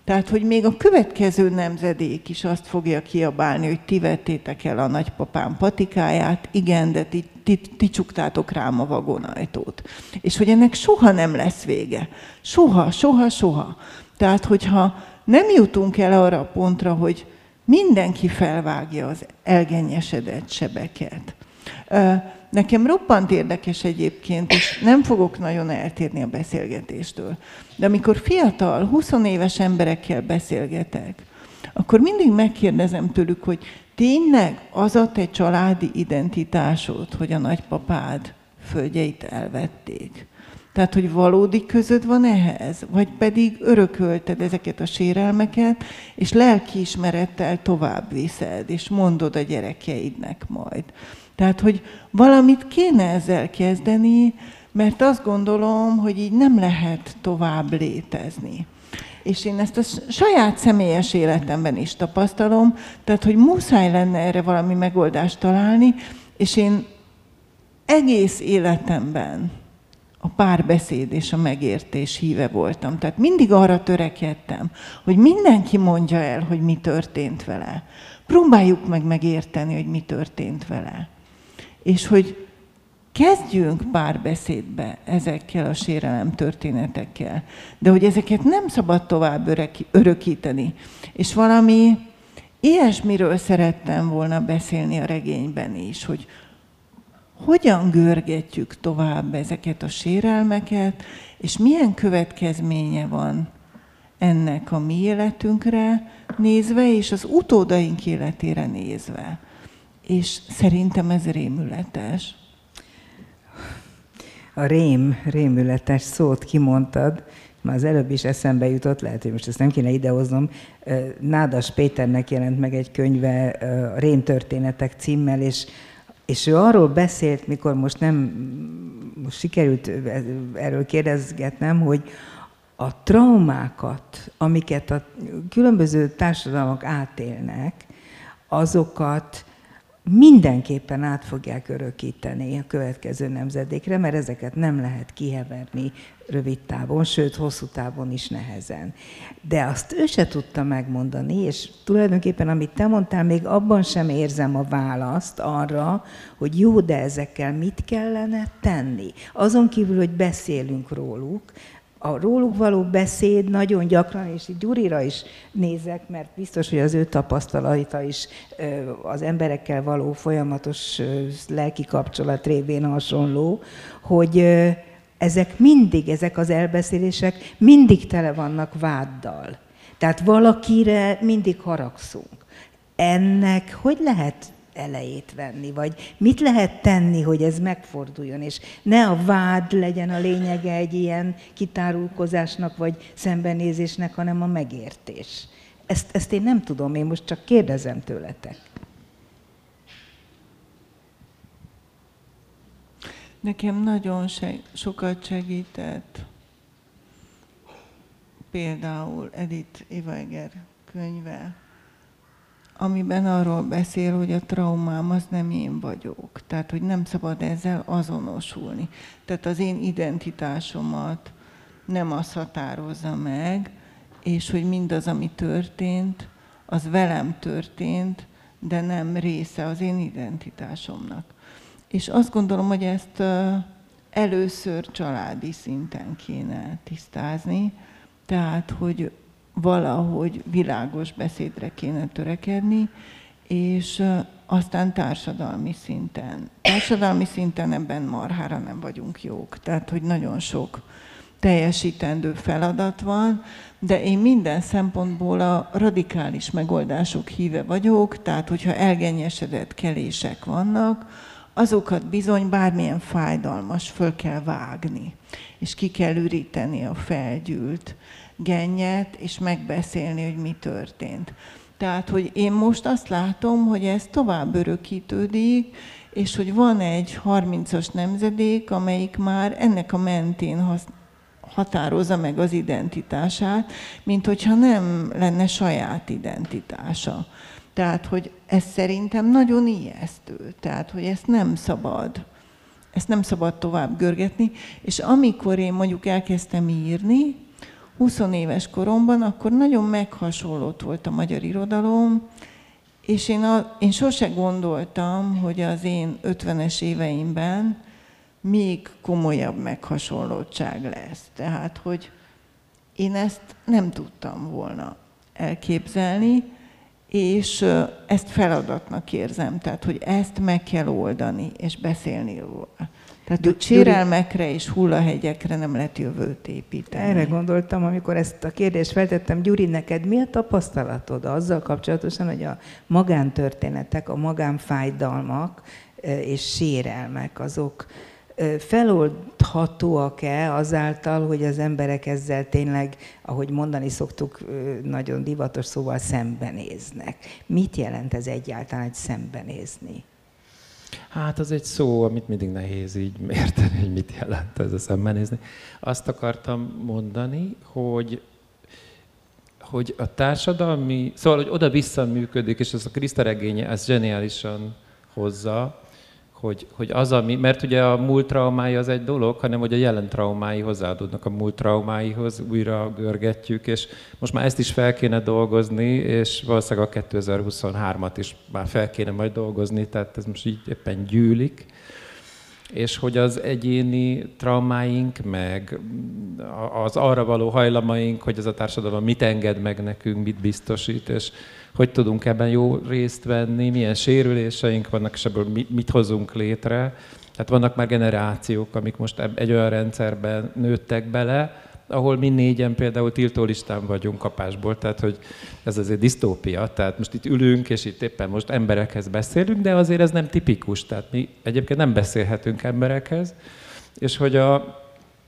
S2: Tehát, hogy még a következő nemzedék is azt fogja kiabálni, hogy ti vettétek el a nagypapám patikáját, igen, de ti, ti, ti csuktátok rám a vagonajtót. És hogy ennek soha nem lesz vége. Soha, soha, soha. Tehát, hogyha nem jutunk el arra a pontra, hogy mindenki felvágja az elgennyesedett sebeket. Nekem roppant érdekes egyébként, és nem fogok nagyon eltérni a beszélgetéstől, de amikor fiatal, huszonéves emberekkel beszélgetek, akkor mindig megkérdezem tőlük, hogy tényleg az a te családi identitásod, hogy a nagypapád földjeit elvették? Tehát, hogy valódi közöd van ehhez? Vagy pedig örökölted ezeket a sérelmeket, és lelkiismerettel tovább viszed, és mondod a gyerekeidnek majd. Tehát, hogy valamit kéne ezzel kezdeni, mert azt gondolom, hogy így nem lehet tovább létezni. És én ezt a saját személyes életemben is tapasztalom, tehát, hogy muszáj lenne erre valami megoldást találni, és én egész életemben a párbeszéd és a megértés híve voltam. Tehát mindig arra törekedtem, hogy mindenki mondja el, hogy mi történt vele. Próbáljuk meg megérteni, hogy mi történt vele. És hogy kezdjünk párbeszédbe ezekkel a sérelem történetekkel, de hogy ezeket nem szabad tovább örökíteni. És valami ilyesmiről szerettem volna beszélni a regényben is, hogy hogyan görgetjük tovább ezeket a sérelmeket, és milyen következménye van ennek a mi életünkre nézve, és az utódaink életére nézve. És szerintem ez rémületes.
S1: A rém, rémületes szót kimondtad, már az előbb is eszembe jutott, lehet, hogy most ezt nem kéne idehoznom. Nádas Péternek jelent meg egy könyve a Rémtörténetek címmel, és És ő arról beszélt, mikor most nem most sikerült erről kérdezgetnem, hogy a traumákat, amiket a különböző társadalmak átélnek, azokat mindenképpen át fogják örökíteni a következő nemzedékre, mert ezeket nem lehet kiheverni rövid távon, sőt, hosszú távon is nehezen. De azt ő se tudta megmondani, és tulajdonképpen, amit te mondtál, még abban sem érzem a választ arra, hogy jó, de ezekkel mit kellene tenni. Azon kívül, hogy beszélünk róluk, a róluk való beszéd nagyon gyakran, és itt Gyurira is nézek, mert biztos, hogy az ő tapasztalata is az emberekkel való folyamatos lelki kapcsolat révén hasonló, hogy ezek mindig, ezek az elbeszélések mindig tele vannak váddal. Tehát valakire mindig haragszunk. Ennek hogy lehet elejét venni, vagy mit lehet tenni, hogy ez megforduljon, és ne a vád legyen a lényege egy ilyen kitárulkozásnak, vagy szembenézésnek, hanem a megértés. Ezt, ezt én nem tudom, én most csak kérdezem tőletek.
S2: Nekem nagyon seg- sokat segített például Edith Evager könyve, amiben arról beszél, hogy a traumám az nem én vagyok. Tehát, hogy nem szabad ezzel azonosulni. Tehát az én identitásomat nem az határozza meg, és hogy mindaz, ami történt, az velem történt, de nem része az én identitásomnak. És azt gondolom, hogy ezt először családi szinten kéne tisztázni, tehát, hogy valahogy világos beszédre kéne törekedni, és aztán társadalmi szinten. Társadalmi szinten ebben marhára nem vagyunk jók, tehát, hogy nagyon sok teljesítendő feladat van, de én minden szempontból a radikális megoldások híve vagyok, tehát, hogyha elgennyesedett kelések vannak, azokat bizony bármilyen fájdalmas föl kell vágni, és ki kell üríteni a felgyűlt gennyet, és megbeszélni, hogy mi történt. Tehát, hogy én most azt látom, hogy ez tovább örökítődik, és hogy van egy harmincas nemzedék, amelyik már ennek a mentén határozza meg az identitását, mint hogyha nem lenne saját identitása. Tehát, hogy ez szerintem nagyon ijesztő. Tehát, hogy ezt nem szabad. Ezt nem szabad tovább görgetni. És amikor én mondjuk elkezdtem írni, húsz éves koromban, akkor nagyon meghasonlott volt a magyar irodalom, és én, a, én sose gondoltam, hogy az én ötvenes éveimben még komolyabb meghasonlottság lesz. Tehát, hogy én ezt nem tudtam volna elképzelni, és ezt feladatnak érzem, tehát, hogy ezt meg kell oldani, és beszélni róla. Tehát, hogy sérelmekre és hullahegyekre nem lehet jövőt építeni.
S1: Erre gondoltam, amikor ezt a kérdést feltettem. Gyuri, neked mi a tapasztalatod azzal kapcsolatosan, hogy a magántörténetek, a magánfájdalmak és sérelmek, azok feloldhatóak-e azáltal, hogy az emberek ezzel tényleg, ahogy mondani szoktuk, nagyon divatos szóval szembenéznek? Mit jelent ez egyáltalán, hogy szembenézni?
S3: Hát az egy szó, amit mindig nehéz így érteni, hogy mit jelent ez a szembenézni. Azt akartam mondani, hogy, hogy a társadalmi, szóval, hogy oda-vissza működik, és ez a Krista regénye, ez zseniálisan hozza, hogy, hogy az, ami, mert ugye a múlt traumája az egy dolog, hanem hogy a jelen traumái hozzáadódnak a múlt traumáihoz, újra görgetjük, és most már ezt is fel kéne dolgozni, és valószínűleg a kétezer-huszonhármat is már fel kéne majd dolgozni, tehát ez most így éppen gyűlik. És hogy az egyéni traumáink, meg az arra való hajlamaink, hogy ez a társadalom mit enged meg nekünk, mit biztosít, és hogy tudunk ebben jó részt venni, milyen sérüléseink vannak, és ebből mit hozunk létre. Tehát vannak már generációk, amik most egy olyan rendszerben nőttek bele, ahol mi négyen például tiltólistán vagyunk kapásból, tehát hogy ez azért disztópia, tehát most itt ülünk, és itt éppen most emberekhez beszélünk, de azért ez nem tipikus, tehát mi egyébként nem beszélhetünk emberekhez, és hogy, a,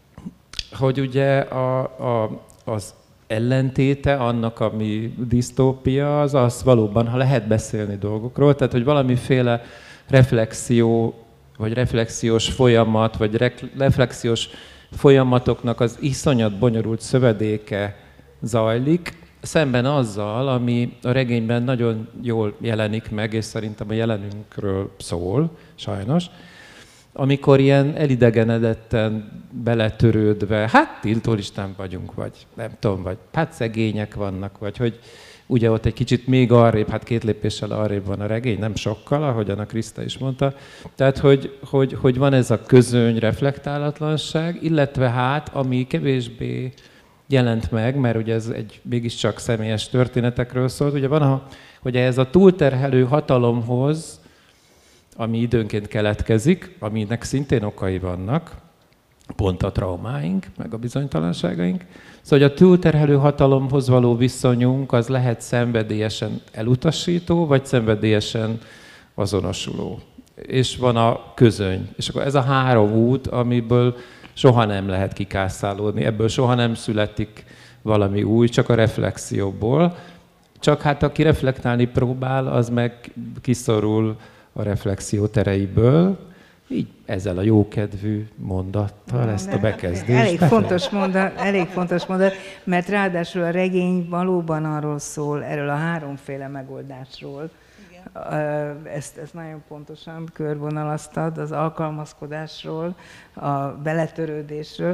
S3: hogy ugye a, a, az ellentéte annak, ami disztópia, az az valóban, ha lehet beszélni dolgokról, tehát hogy valamiféle reflexió, vagy reflexiós folyamat, vagy reflexiós folyamatoknak az iszonyat bonyolult szövedéke zajlik, szemben azzal, ami a regényben nagyon jól jelenik meg, és szerintem a jelenünkről szól, sajnos, amikor ilyen elidegenedetten beletörődve, hát tiltólistán vagyunk, vagy nem tudom, vagy hát szegények vannak, vagy hogy ugye ott egy kicsit még arrébb, hát két lépéssel arrébb van a regény, nem sokkal, ahogyan a Krista is mondta. Tehát, hogy, hogy, hogy van ez a közöny reflektálatlanság, illetve hát, ami kevésbé jelent meg, mert ugye ez egy mégiscsak személyes történetekről szólt, ugye van, a, hogy ez a túlterhelő hatalomhoz, ami időnként keletkezik, aminek szintén okai vannak, pont a traumáink, meg a bizonytalanságaink. Szóval, hogy a túlterhelő hatalomhoz való viszonyunk az lehet szenvedélyesen elutasító, vagy szenvedélyesen azonosuló. És van a közöny. És akkor ez a három út, amiből soha nem lehet kikászálódni, ebből soha nem születik valami új, csak a reflexióból. Csak hát aki reflektálni próbál, az meg kiszorul a reflexió tereiből. Így ezzel a jókedvű mondattal
S1: Na,
S3: ezt a bekezdést.
S1: Elég fontos, mondat, elég fontos mondat, mert ráadásul a regény valóban arról szól, erről a háromféle megoldásról. Igen. Ezt, ezt nagyon pontosan körvonalaztad, az alkalmazkodásról, a beletörődésről,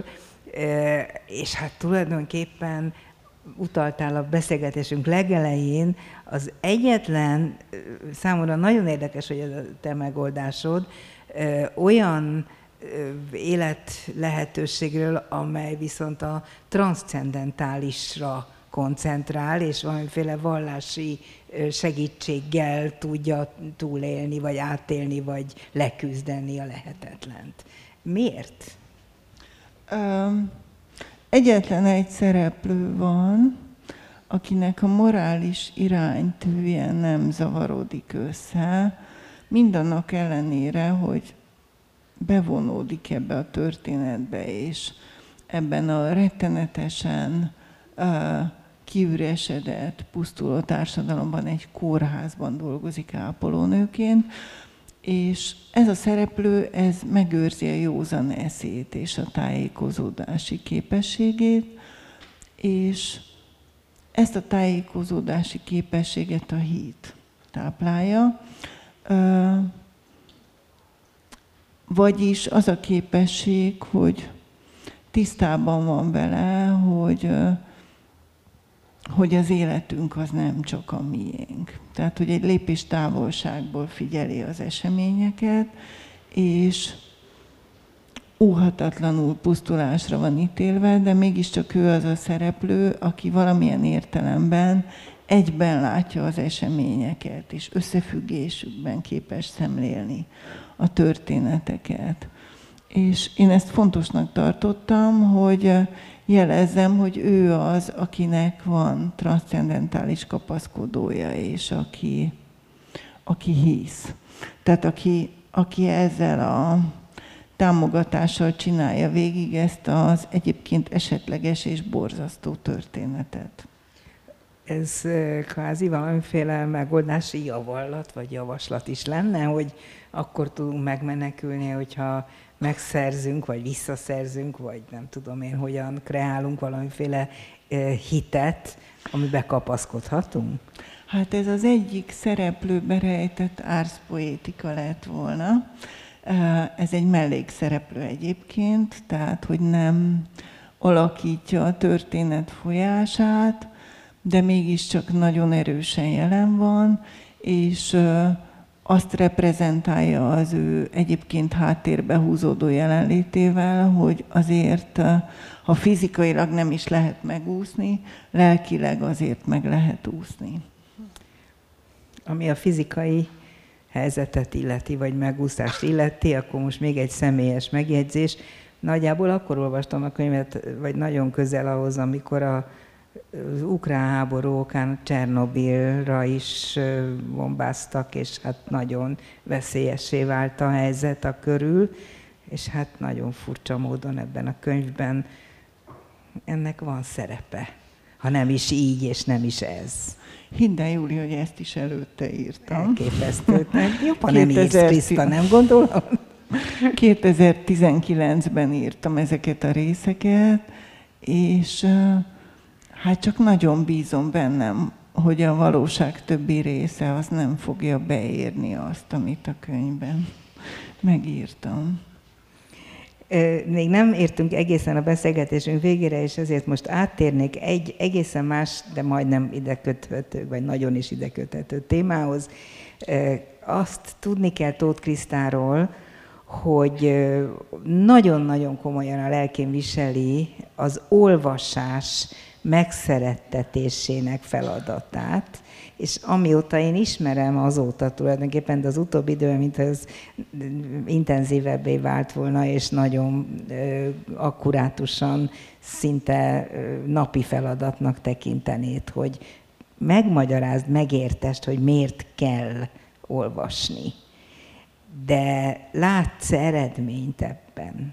S1: és hát tulajdonképpen utaltál a beszélgetésünk legelején, az egyetlen, számomra nagyon érdekes, hogy ez a te megoldásod, olyan élet lehetőségről, amely viszont a transzcendentálisra koncentrál, és valamiféle vallási segítséggel tudja túlélni, vagy átélni, vagy leküzdeni a lehetetlent. Miért?
S2: Um. Egyetlen egy szereplő van, akinek a morális iránytűje nem zavarodik össze, mindannak ellenére, hogy bevonódik ebbe a történetbe, és ebben a rettenetesen uh, kiüresedett, pusztuló társadalomban egy kórházban dolgozik ápolónőként, és ez a szereplő, ez megőrzi a józan eszét és a tájékozódási képességét, és ezt a tájékozódási képességet a hit táplálja. Vagyis az a képesség, hogy tisztában van vele, hogy hogy az életünk az nem csak a miénk. Tehát, hogy egy lépés távolságból figyeli az eseményeket, és óhatatlanul pusztulásra van ítélve, de mégiscsak ő az a szereplő, aki valamilyen értelemben egyben látja az eseményeket, és összefüggésükben képes szemlélni a történeteket. És én ezt fontosnak tartottam, hogy jelezzem, hogy ő az, akinek van transzcendentális kapaszkodója, és aki, aki hisz. Tehát aki, aki ezzel a támogatással csinálja végig ezt az egyébként esetleges és borzasztó történetet.
S1: Ez kvázi valamiféle megoldási javallat, vagy javaslat is lenne, hogy akkor tudunk megmenekülni, hogyha megszerzünk, vagy visszaszerzünk, vagy nem tudom én, hogyan kreálunk valamiféle hitet, amiben kapaszkodhatunk?
S2: Hát ez az egyik szereplőbe rejtett árszpoétika lett volna. Ez egy mellékszereplő egyébként, tehát hogy nem alakítja a történet folyását, de mégiscsak nagyon erősen jelen van, és azt reprezentálja az ő egyébként háttérbe húzódó jelenlétével, hogy azért, ha fizikailag nem is lehet megúszni, lelkileg azért meg lehet úszni.
S1: Ami a fizikai helyzetet illeti, vagy megúszást illeti, akkor most még egy személyes megjegyzés. Nagyjából akkor olvastam a könyvet, vagy nagyon közel ahhoz, amikor a az ukrán háború okán Csernobilra is bombáztak, és hát nagyon veszélyessé vált a helyzet a körül, és hát nagyon furcsa módon ebben a könyvben ennek van szerepe, ha nem is így, és nem is ez.
S2: Hidd el, Júli, hogy ezt is előtte írtam.
S1: Elképesztő. Jobban nem írsz, Kriszta, nem gondolom?
S2: kétezer-tizenkilencben írtam ezeket a részeket, és hát csak nagyon bízom bennem, hogy a valóság többi része az nem fogja beérni azt, amit a könyvben megírtam.
S1: Még nem értünk egészen a beszélgetésünk végére, és ezért most áttérnék egy egészen más, de majdnem ide köthető, vagy nagyon is ide köthető témához. Azt tudni kell Tóth Krisztáról, hogy nagyon-nagyon komolyan a lelkén viseli az olvasás megszerettetésének feladatát, és amióta én ismerem, azóta tulajdonképpen, de az utóbbi időben, mint az intenzívebbé vált volna, és nagyon akkurátusan, szinte napi feladatnak tekintenéd, hogy megmagyarázd, megértesd, hogy miért kell olvasni. De látsz eredményt ebben?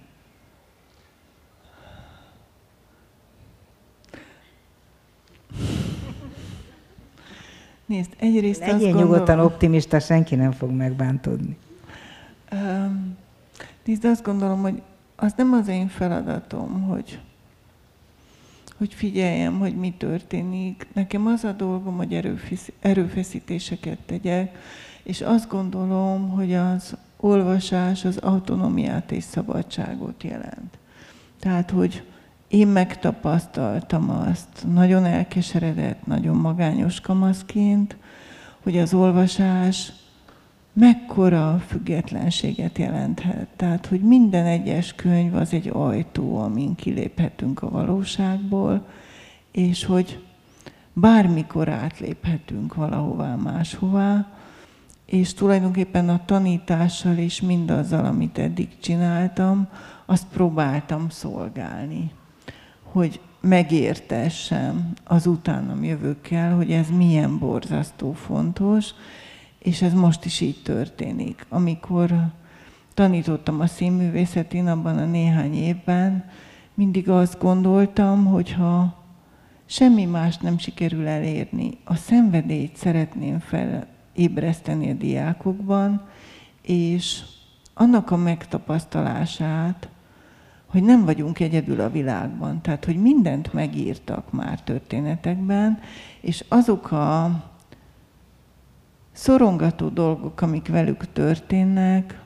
S2: Nézd, egyrészt azt
S1: Legyél
S2: gondolom...
S1: nyugodtan optimista, senki nem fog megbántódni.
S2: Um, nézd, azt gondolom, hogy az nem az én feladatom, hogy, hogy figyeljem, hogy mi történik. Nekem az a dolgom, hogy erőfeszítéseket tegyek, és azt gondolom, hogy az olvasás az autonómiát és szabadságot jelent. Tehát, hogy én megtapasztaltam azt nagyon elkeseredett, nagyon magányos kamaszként, hogy az olvasás mekkora függetlenséget jelenthet. Tehát, hogy minden egyes könyv az egy ajtó, amin kiléphetünk a valóságból, és hogy bármikor átléphetünk valahová máshová, és tulajdonképpen a tanítással és mindazzal, amit eddig csináltam, azt próbáltam szolgálni, hogy megértessem az utánam jövőkkel, hogy ez milyen borzasztó fontos, és ez most is így történik. Amikor tanítottam a színművészetén abban a néhány évben, mindig azt gondoltam, hogy ha semmi más nem sikerül elérni, a szenvedélyt szeretném felébreszteni a diákokban, és annak a megtapasztalását, hogy nem vagyunk egyedül a világban, tehát hogy mindent megírtak már történetekben, és azok a szorongató dolgok, amik velük történnek,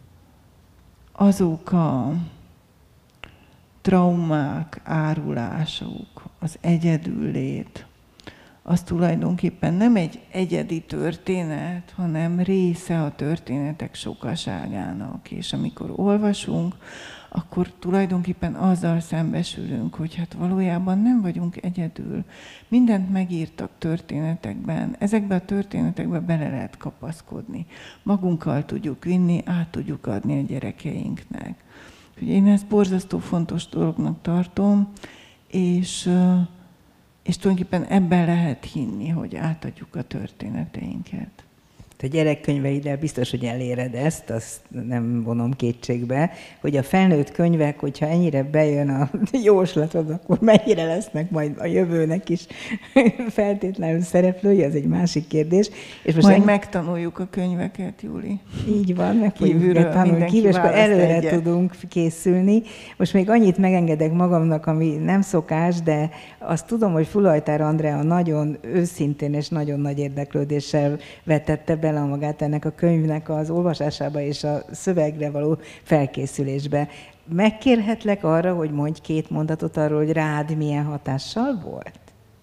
S2: azok a traumák, árulások, az egyedüllét, az tulajdonképpen nem egy egyedi történet, hanem része a történetek sokaságának. És amikor olvasunk, akkor tulajdonképpen azzal szembesülünk, hogy hát valójában nem vagyunk egyedül. Mindent megírtak történetekben, ezekbe a történetekbe bele lehet kapaszkodni. Magunkkal tudjuk vinni, át tudjuk adni a gyerekeinknek. Én ezt borzasztó fontos dolognak tartom, és, és tulajdonképpen ebben lehet hinni, hogy átadjuk a történeteinket.
S1: A gyerekkönyveiddel biztos, hogy eléred ezt, azt nem vonom kétségbe, hogy a felnőtt könyvek, hogyha ennyire bejön a jóslatod, akkor mennyire lesznek majd a jövőnek is feltétlenül szereplői, az egy másik kérdés.
S2: És most majd en... megtanuljuk a könyveket, Júli.
S1: Így van, meg fogjuk tanulni kívül, és akkor előre egyet. tudunk készülni. Most még annyit megengedek magamnak, ami nem szokás, de azt tudom, hogy Fulajtár Andrea nagyon őszintén és nagyon nagy érdeklődéssel vetette be bele magát ennek a könyvnek az olvasásába és a szövegre való felkészülésbe. Megkérhetlek arra, hogy mondj két mondatot arról, hogy rád milyen hatással volt?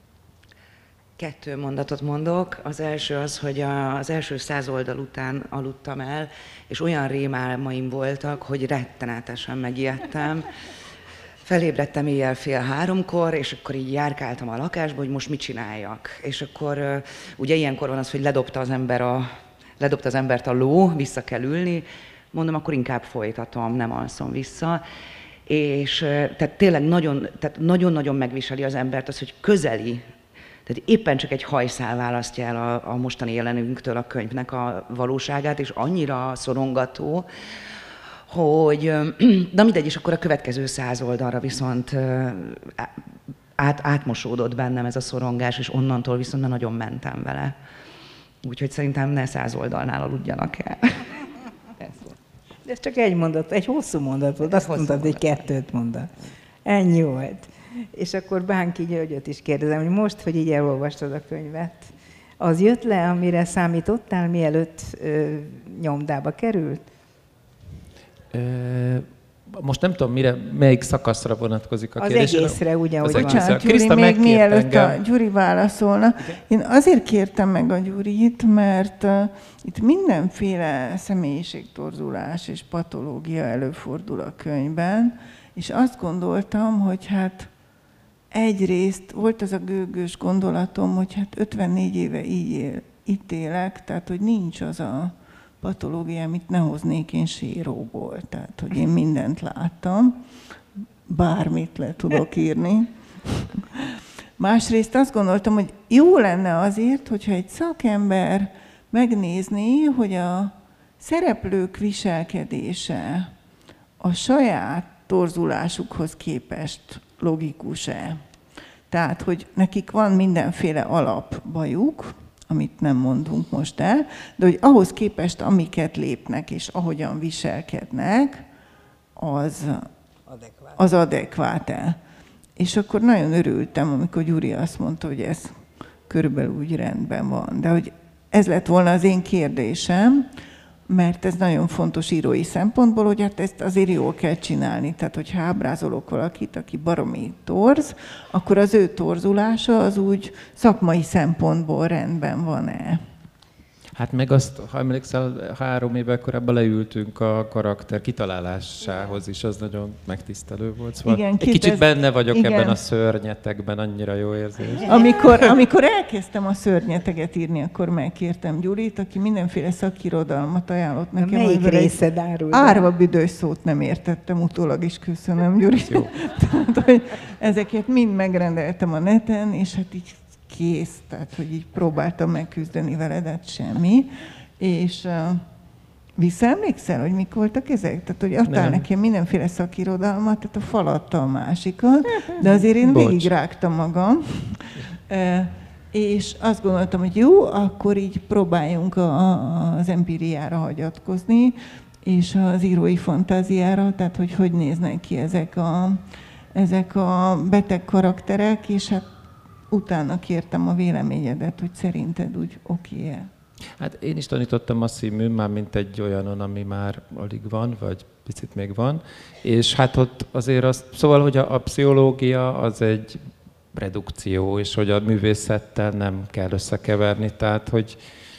S4: Kettő mondatot mondok. Az első az, hogy az első száz oldal után aludtam el, és olyan rémálmaim voltak, hogy rettenetesen megijedtem. Felébredtem éjjel fél háromkor, és akkor így járkáltam a lakásba, hogy most mit csináljak. És akkor ugye ilyenkor van az, hogy ledobta az, ember a, ledobta az embert a ló, vissza kell ülni. Mondom, akkor inkább folytatom, nem alszom vissza. És tehát tényleg nagyon, tehát nagyon-nagyon megviseli az embert az, hogy közeli, tehát éppen csak egy hajszál választja el a, a mostani jelenünktől a könyvnek a valóságát, és annyira szorongató, hogy, de mindegy, és akkor a következő száz oldalra viszont át, átmosódott bennem ez a szorongás, és onnantól viszont már nagyon mentem vele. Úgyhogy szerintem ne száz oldalnál aludjanak el.
S1: Ez volt. De ez csak egy mondat, egy hosszú mondat volt, azt mondtad, hogy kettőt mondat. Ennyi volt. És akkor Bánki Györgyöt is kérdezem, hogy most, hogy így elolvastad a könyvet, az jött le, amire számítottál, mielőtt ö, nyomdába került?
S3: Most nem tudom, mire, melyik szakaszra vonatkozik a
S1: az
S3: kérdés.
S1: Az egészre, ugye,
S2: hogy van. Bocsánat, Gyuri, még mielőtt a Gyuri válaszolna. Okay. Én azért kértem meg a Gyurit, mert uh, itt mindenféle személyiségtorzulás és patológia előfordul a könyvben, és azt gondoltam, hogy hát egyrészt volt az a gőgös gondolatom, hogy hát ötvennégy éve így él, itt élek, tehát hogy nincs az a patológia, amit ne hoznék én séróból. Tehát, hogy én mindent láttam, bármit le tudok írni. Másrészt azt gondoltam, hogy jó lenne azért, hogyha egy szakember megnézné, hogy a szereplők viselkedése a saját torzulásukhoz képest logikus-e. Tehát, hogy nekik van mindenféle alapbajuk, amit nem mondunk most el, de hogy ahhoz képest, amiket lépnek és ahogyan viselkednek, az adekvát. az adekvát-e. És akkor nagyon örültem, amikor Gyuri azt mondta, hogy ez körülbelül úgy rendben van. De hogy ez lett volna az én kérdésem, mert ez nagyon fontos írói szempontból, hogy hát ezt azért jól kell csinálni. Tehát, hogyha ábrázolok valakit, aki baromi torz, akkor az ő torzulása az úgy szakmai szempontból rendben van-e?
S3: Hát meg azt, ha emlékszel, három évvel korábban leültünk a karakter kitalálásához is, az nagyon megtisztelő volt. Szóval igen, egy kicsit benne vagyok igen. ebben a szörnyetekben, annyira jó érzés.
S2: Amikor, amikor elkezdtem a szörnyeteget írni, akkor megkértem Gyurit, aki mindenféle szakirodalmat ajánlott nekem.
S1: Melyik részed árul?
S2: Árva büdös szót nem értettem, utólag is köszönöm, Gyuri. Tehát, hogy ezeket mind megrendeltem a neten, és hát így kész, tehát hogy így próbáltam megküzdeni vele, de semmi. És uh, visszaemlékszel, hogy mik voltak ezek? Tehát, hogy adtál nekem mindenféle szakirodalmat, tehát a falatta a másikat, de azért én Bocs. végigrágtam magam. Uh, és azt gondoltam, hogy jó, akkor így próbáljunk a, a, az empíriára hagyatkozni, és az írói fantáziára, tehát hogy hogy néznek ki ezek a, ezek a beteg karakterek, és hát utána kértem a véleményedet, hogy szerinted úgy oké-e?
S3: Hát én is tanítottam a színműn, már mint egy olyanon, ami már alig van, vagy picit még van. És hát ott azért azt, szóval, hogy a, a pszichológia az egy redukció, és hogy a művészettel nem kell összekeverni, tehát hogy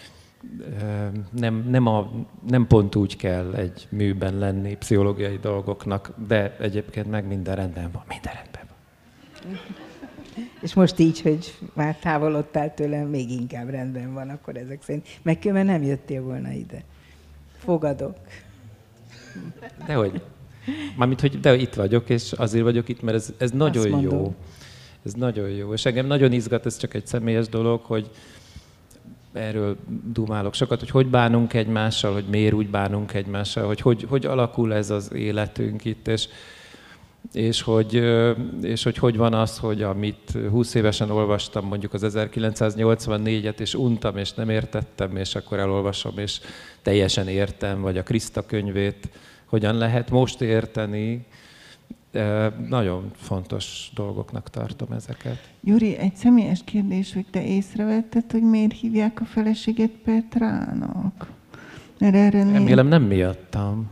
S3: nem, nem, a, nem pont úgy kell egy műben lenni pszichológiai dolgoknak, de egyébként meg minden rendben van, minden rendben van.
S1: És most így, hogy már távolodtál tőlem, még inkább rendben van akkor ezek szerint. Meg különben nem jöttél volna ide. Fogadok.
S3: Dehogy. Mármint, hogy de itt vagyok, és azért vagyok itt, mert ez, ez nagyon jó. Ez nagyon jó. És engem nagyon izgat, ez csak egy személyes dolog, hogy erről dumálok sokat, hogy hogy bánunk egymással, hogy miért úgy bánunk egymással, hogy hogy, hogy alakul ez az életünk itt, és, és, hogy, és hogy hogy van az, hogy amit húsz évesen olvastam, mondjuk az ezerkilencszáznyolcvannégyet, és untam, és nem értettem, és akkor elolvasom, és teljesen értem, vagy a Kriszta könyvét, hogyan lehet most érteni. Nagyon fontos dolgoknak tartom ezeket.
S2: Gyuri, egy személyes kérdés, hogy te észrevetted, hogy miért hívják a feleséget Petrának? Mert erre
S3: Remélem nem miattam.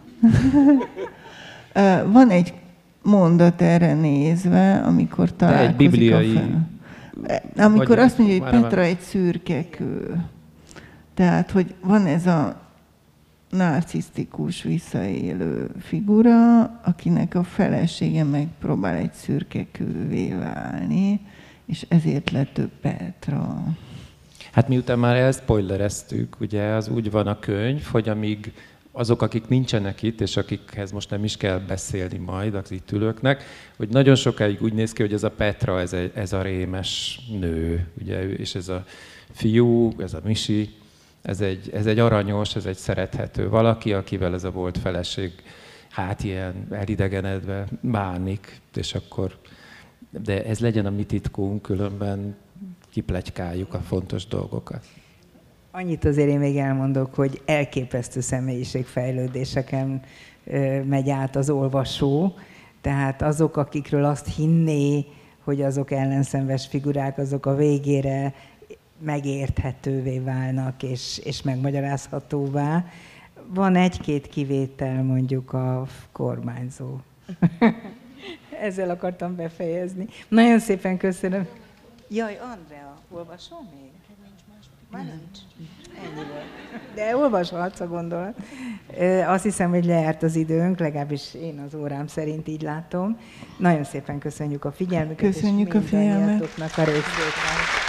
S2: Van egy mondat erre nézve, amikor találkozik
S3: egy bibliai...
S2: a fel... Amikor vagy azt mondja, hogy Petra egy szürke kő. Tehát, hogy van ez a narcisztikus, visszaélő figura, akinek a felesége megpróbál egy szürke kővé válni, és ezért lett ő Petra.
S3: Hát miután már elspoilereztük, ugye az úgy van a könyv, hogy amíg azok, akik nincsenek itt, és akikhez most nem is kell beszélni majd, az itt ülőknek, hogy nagyon sokáig úgy néz ki, hogy ez a Petra, ez a, ez a rémes nő, ugye, és ez a fiú, ez a Misi, Ez egy, ez egy aranyos, ez egy szerethető valaki, akivel ez a volt feleség hát ilyen elidegenedve bánik, és akkor, de ez legyen a mi titkunk, különben kipletykáljuk a fontos dolgokat.
S1: Annyit azért én még elmondok, hogy elképesztő személyiségfejlődéseken megy át az olvasó, tehát azok, akikről azt hinné, hogy azok ellenszenves figurák, azok a végére megérthetővé válnak, és, és megmagyarázhatóvá. Van egy-két kivétel, mondjuk a kormányzó. Ezzel akartam befejezni. Nagyon szépen köszönöm. Jaj, Andrea, olvasom még? Már nincs. Ennyi volt. De olvashatsz a gondolat. Azt hiszem, hogy lejárt az időnk, legalábbis én az órám szerint így látom. Nagyon szépen köszönjük a figyelmüket,
S2: köszönjük
S1: és
S2: a figyelmet.
S1: mindannyiatoknak a részvételt.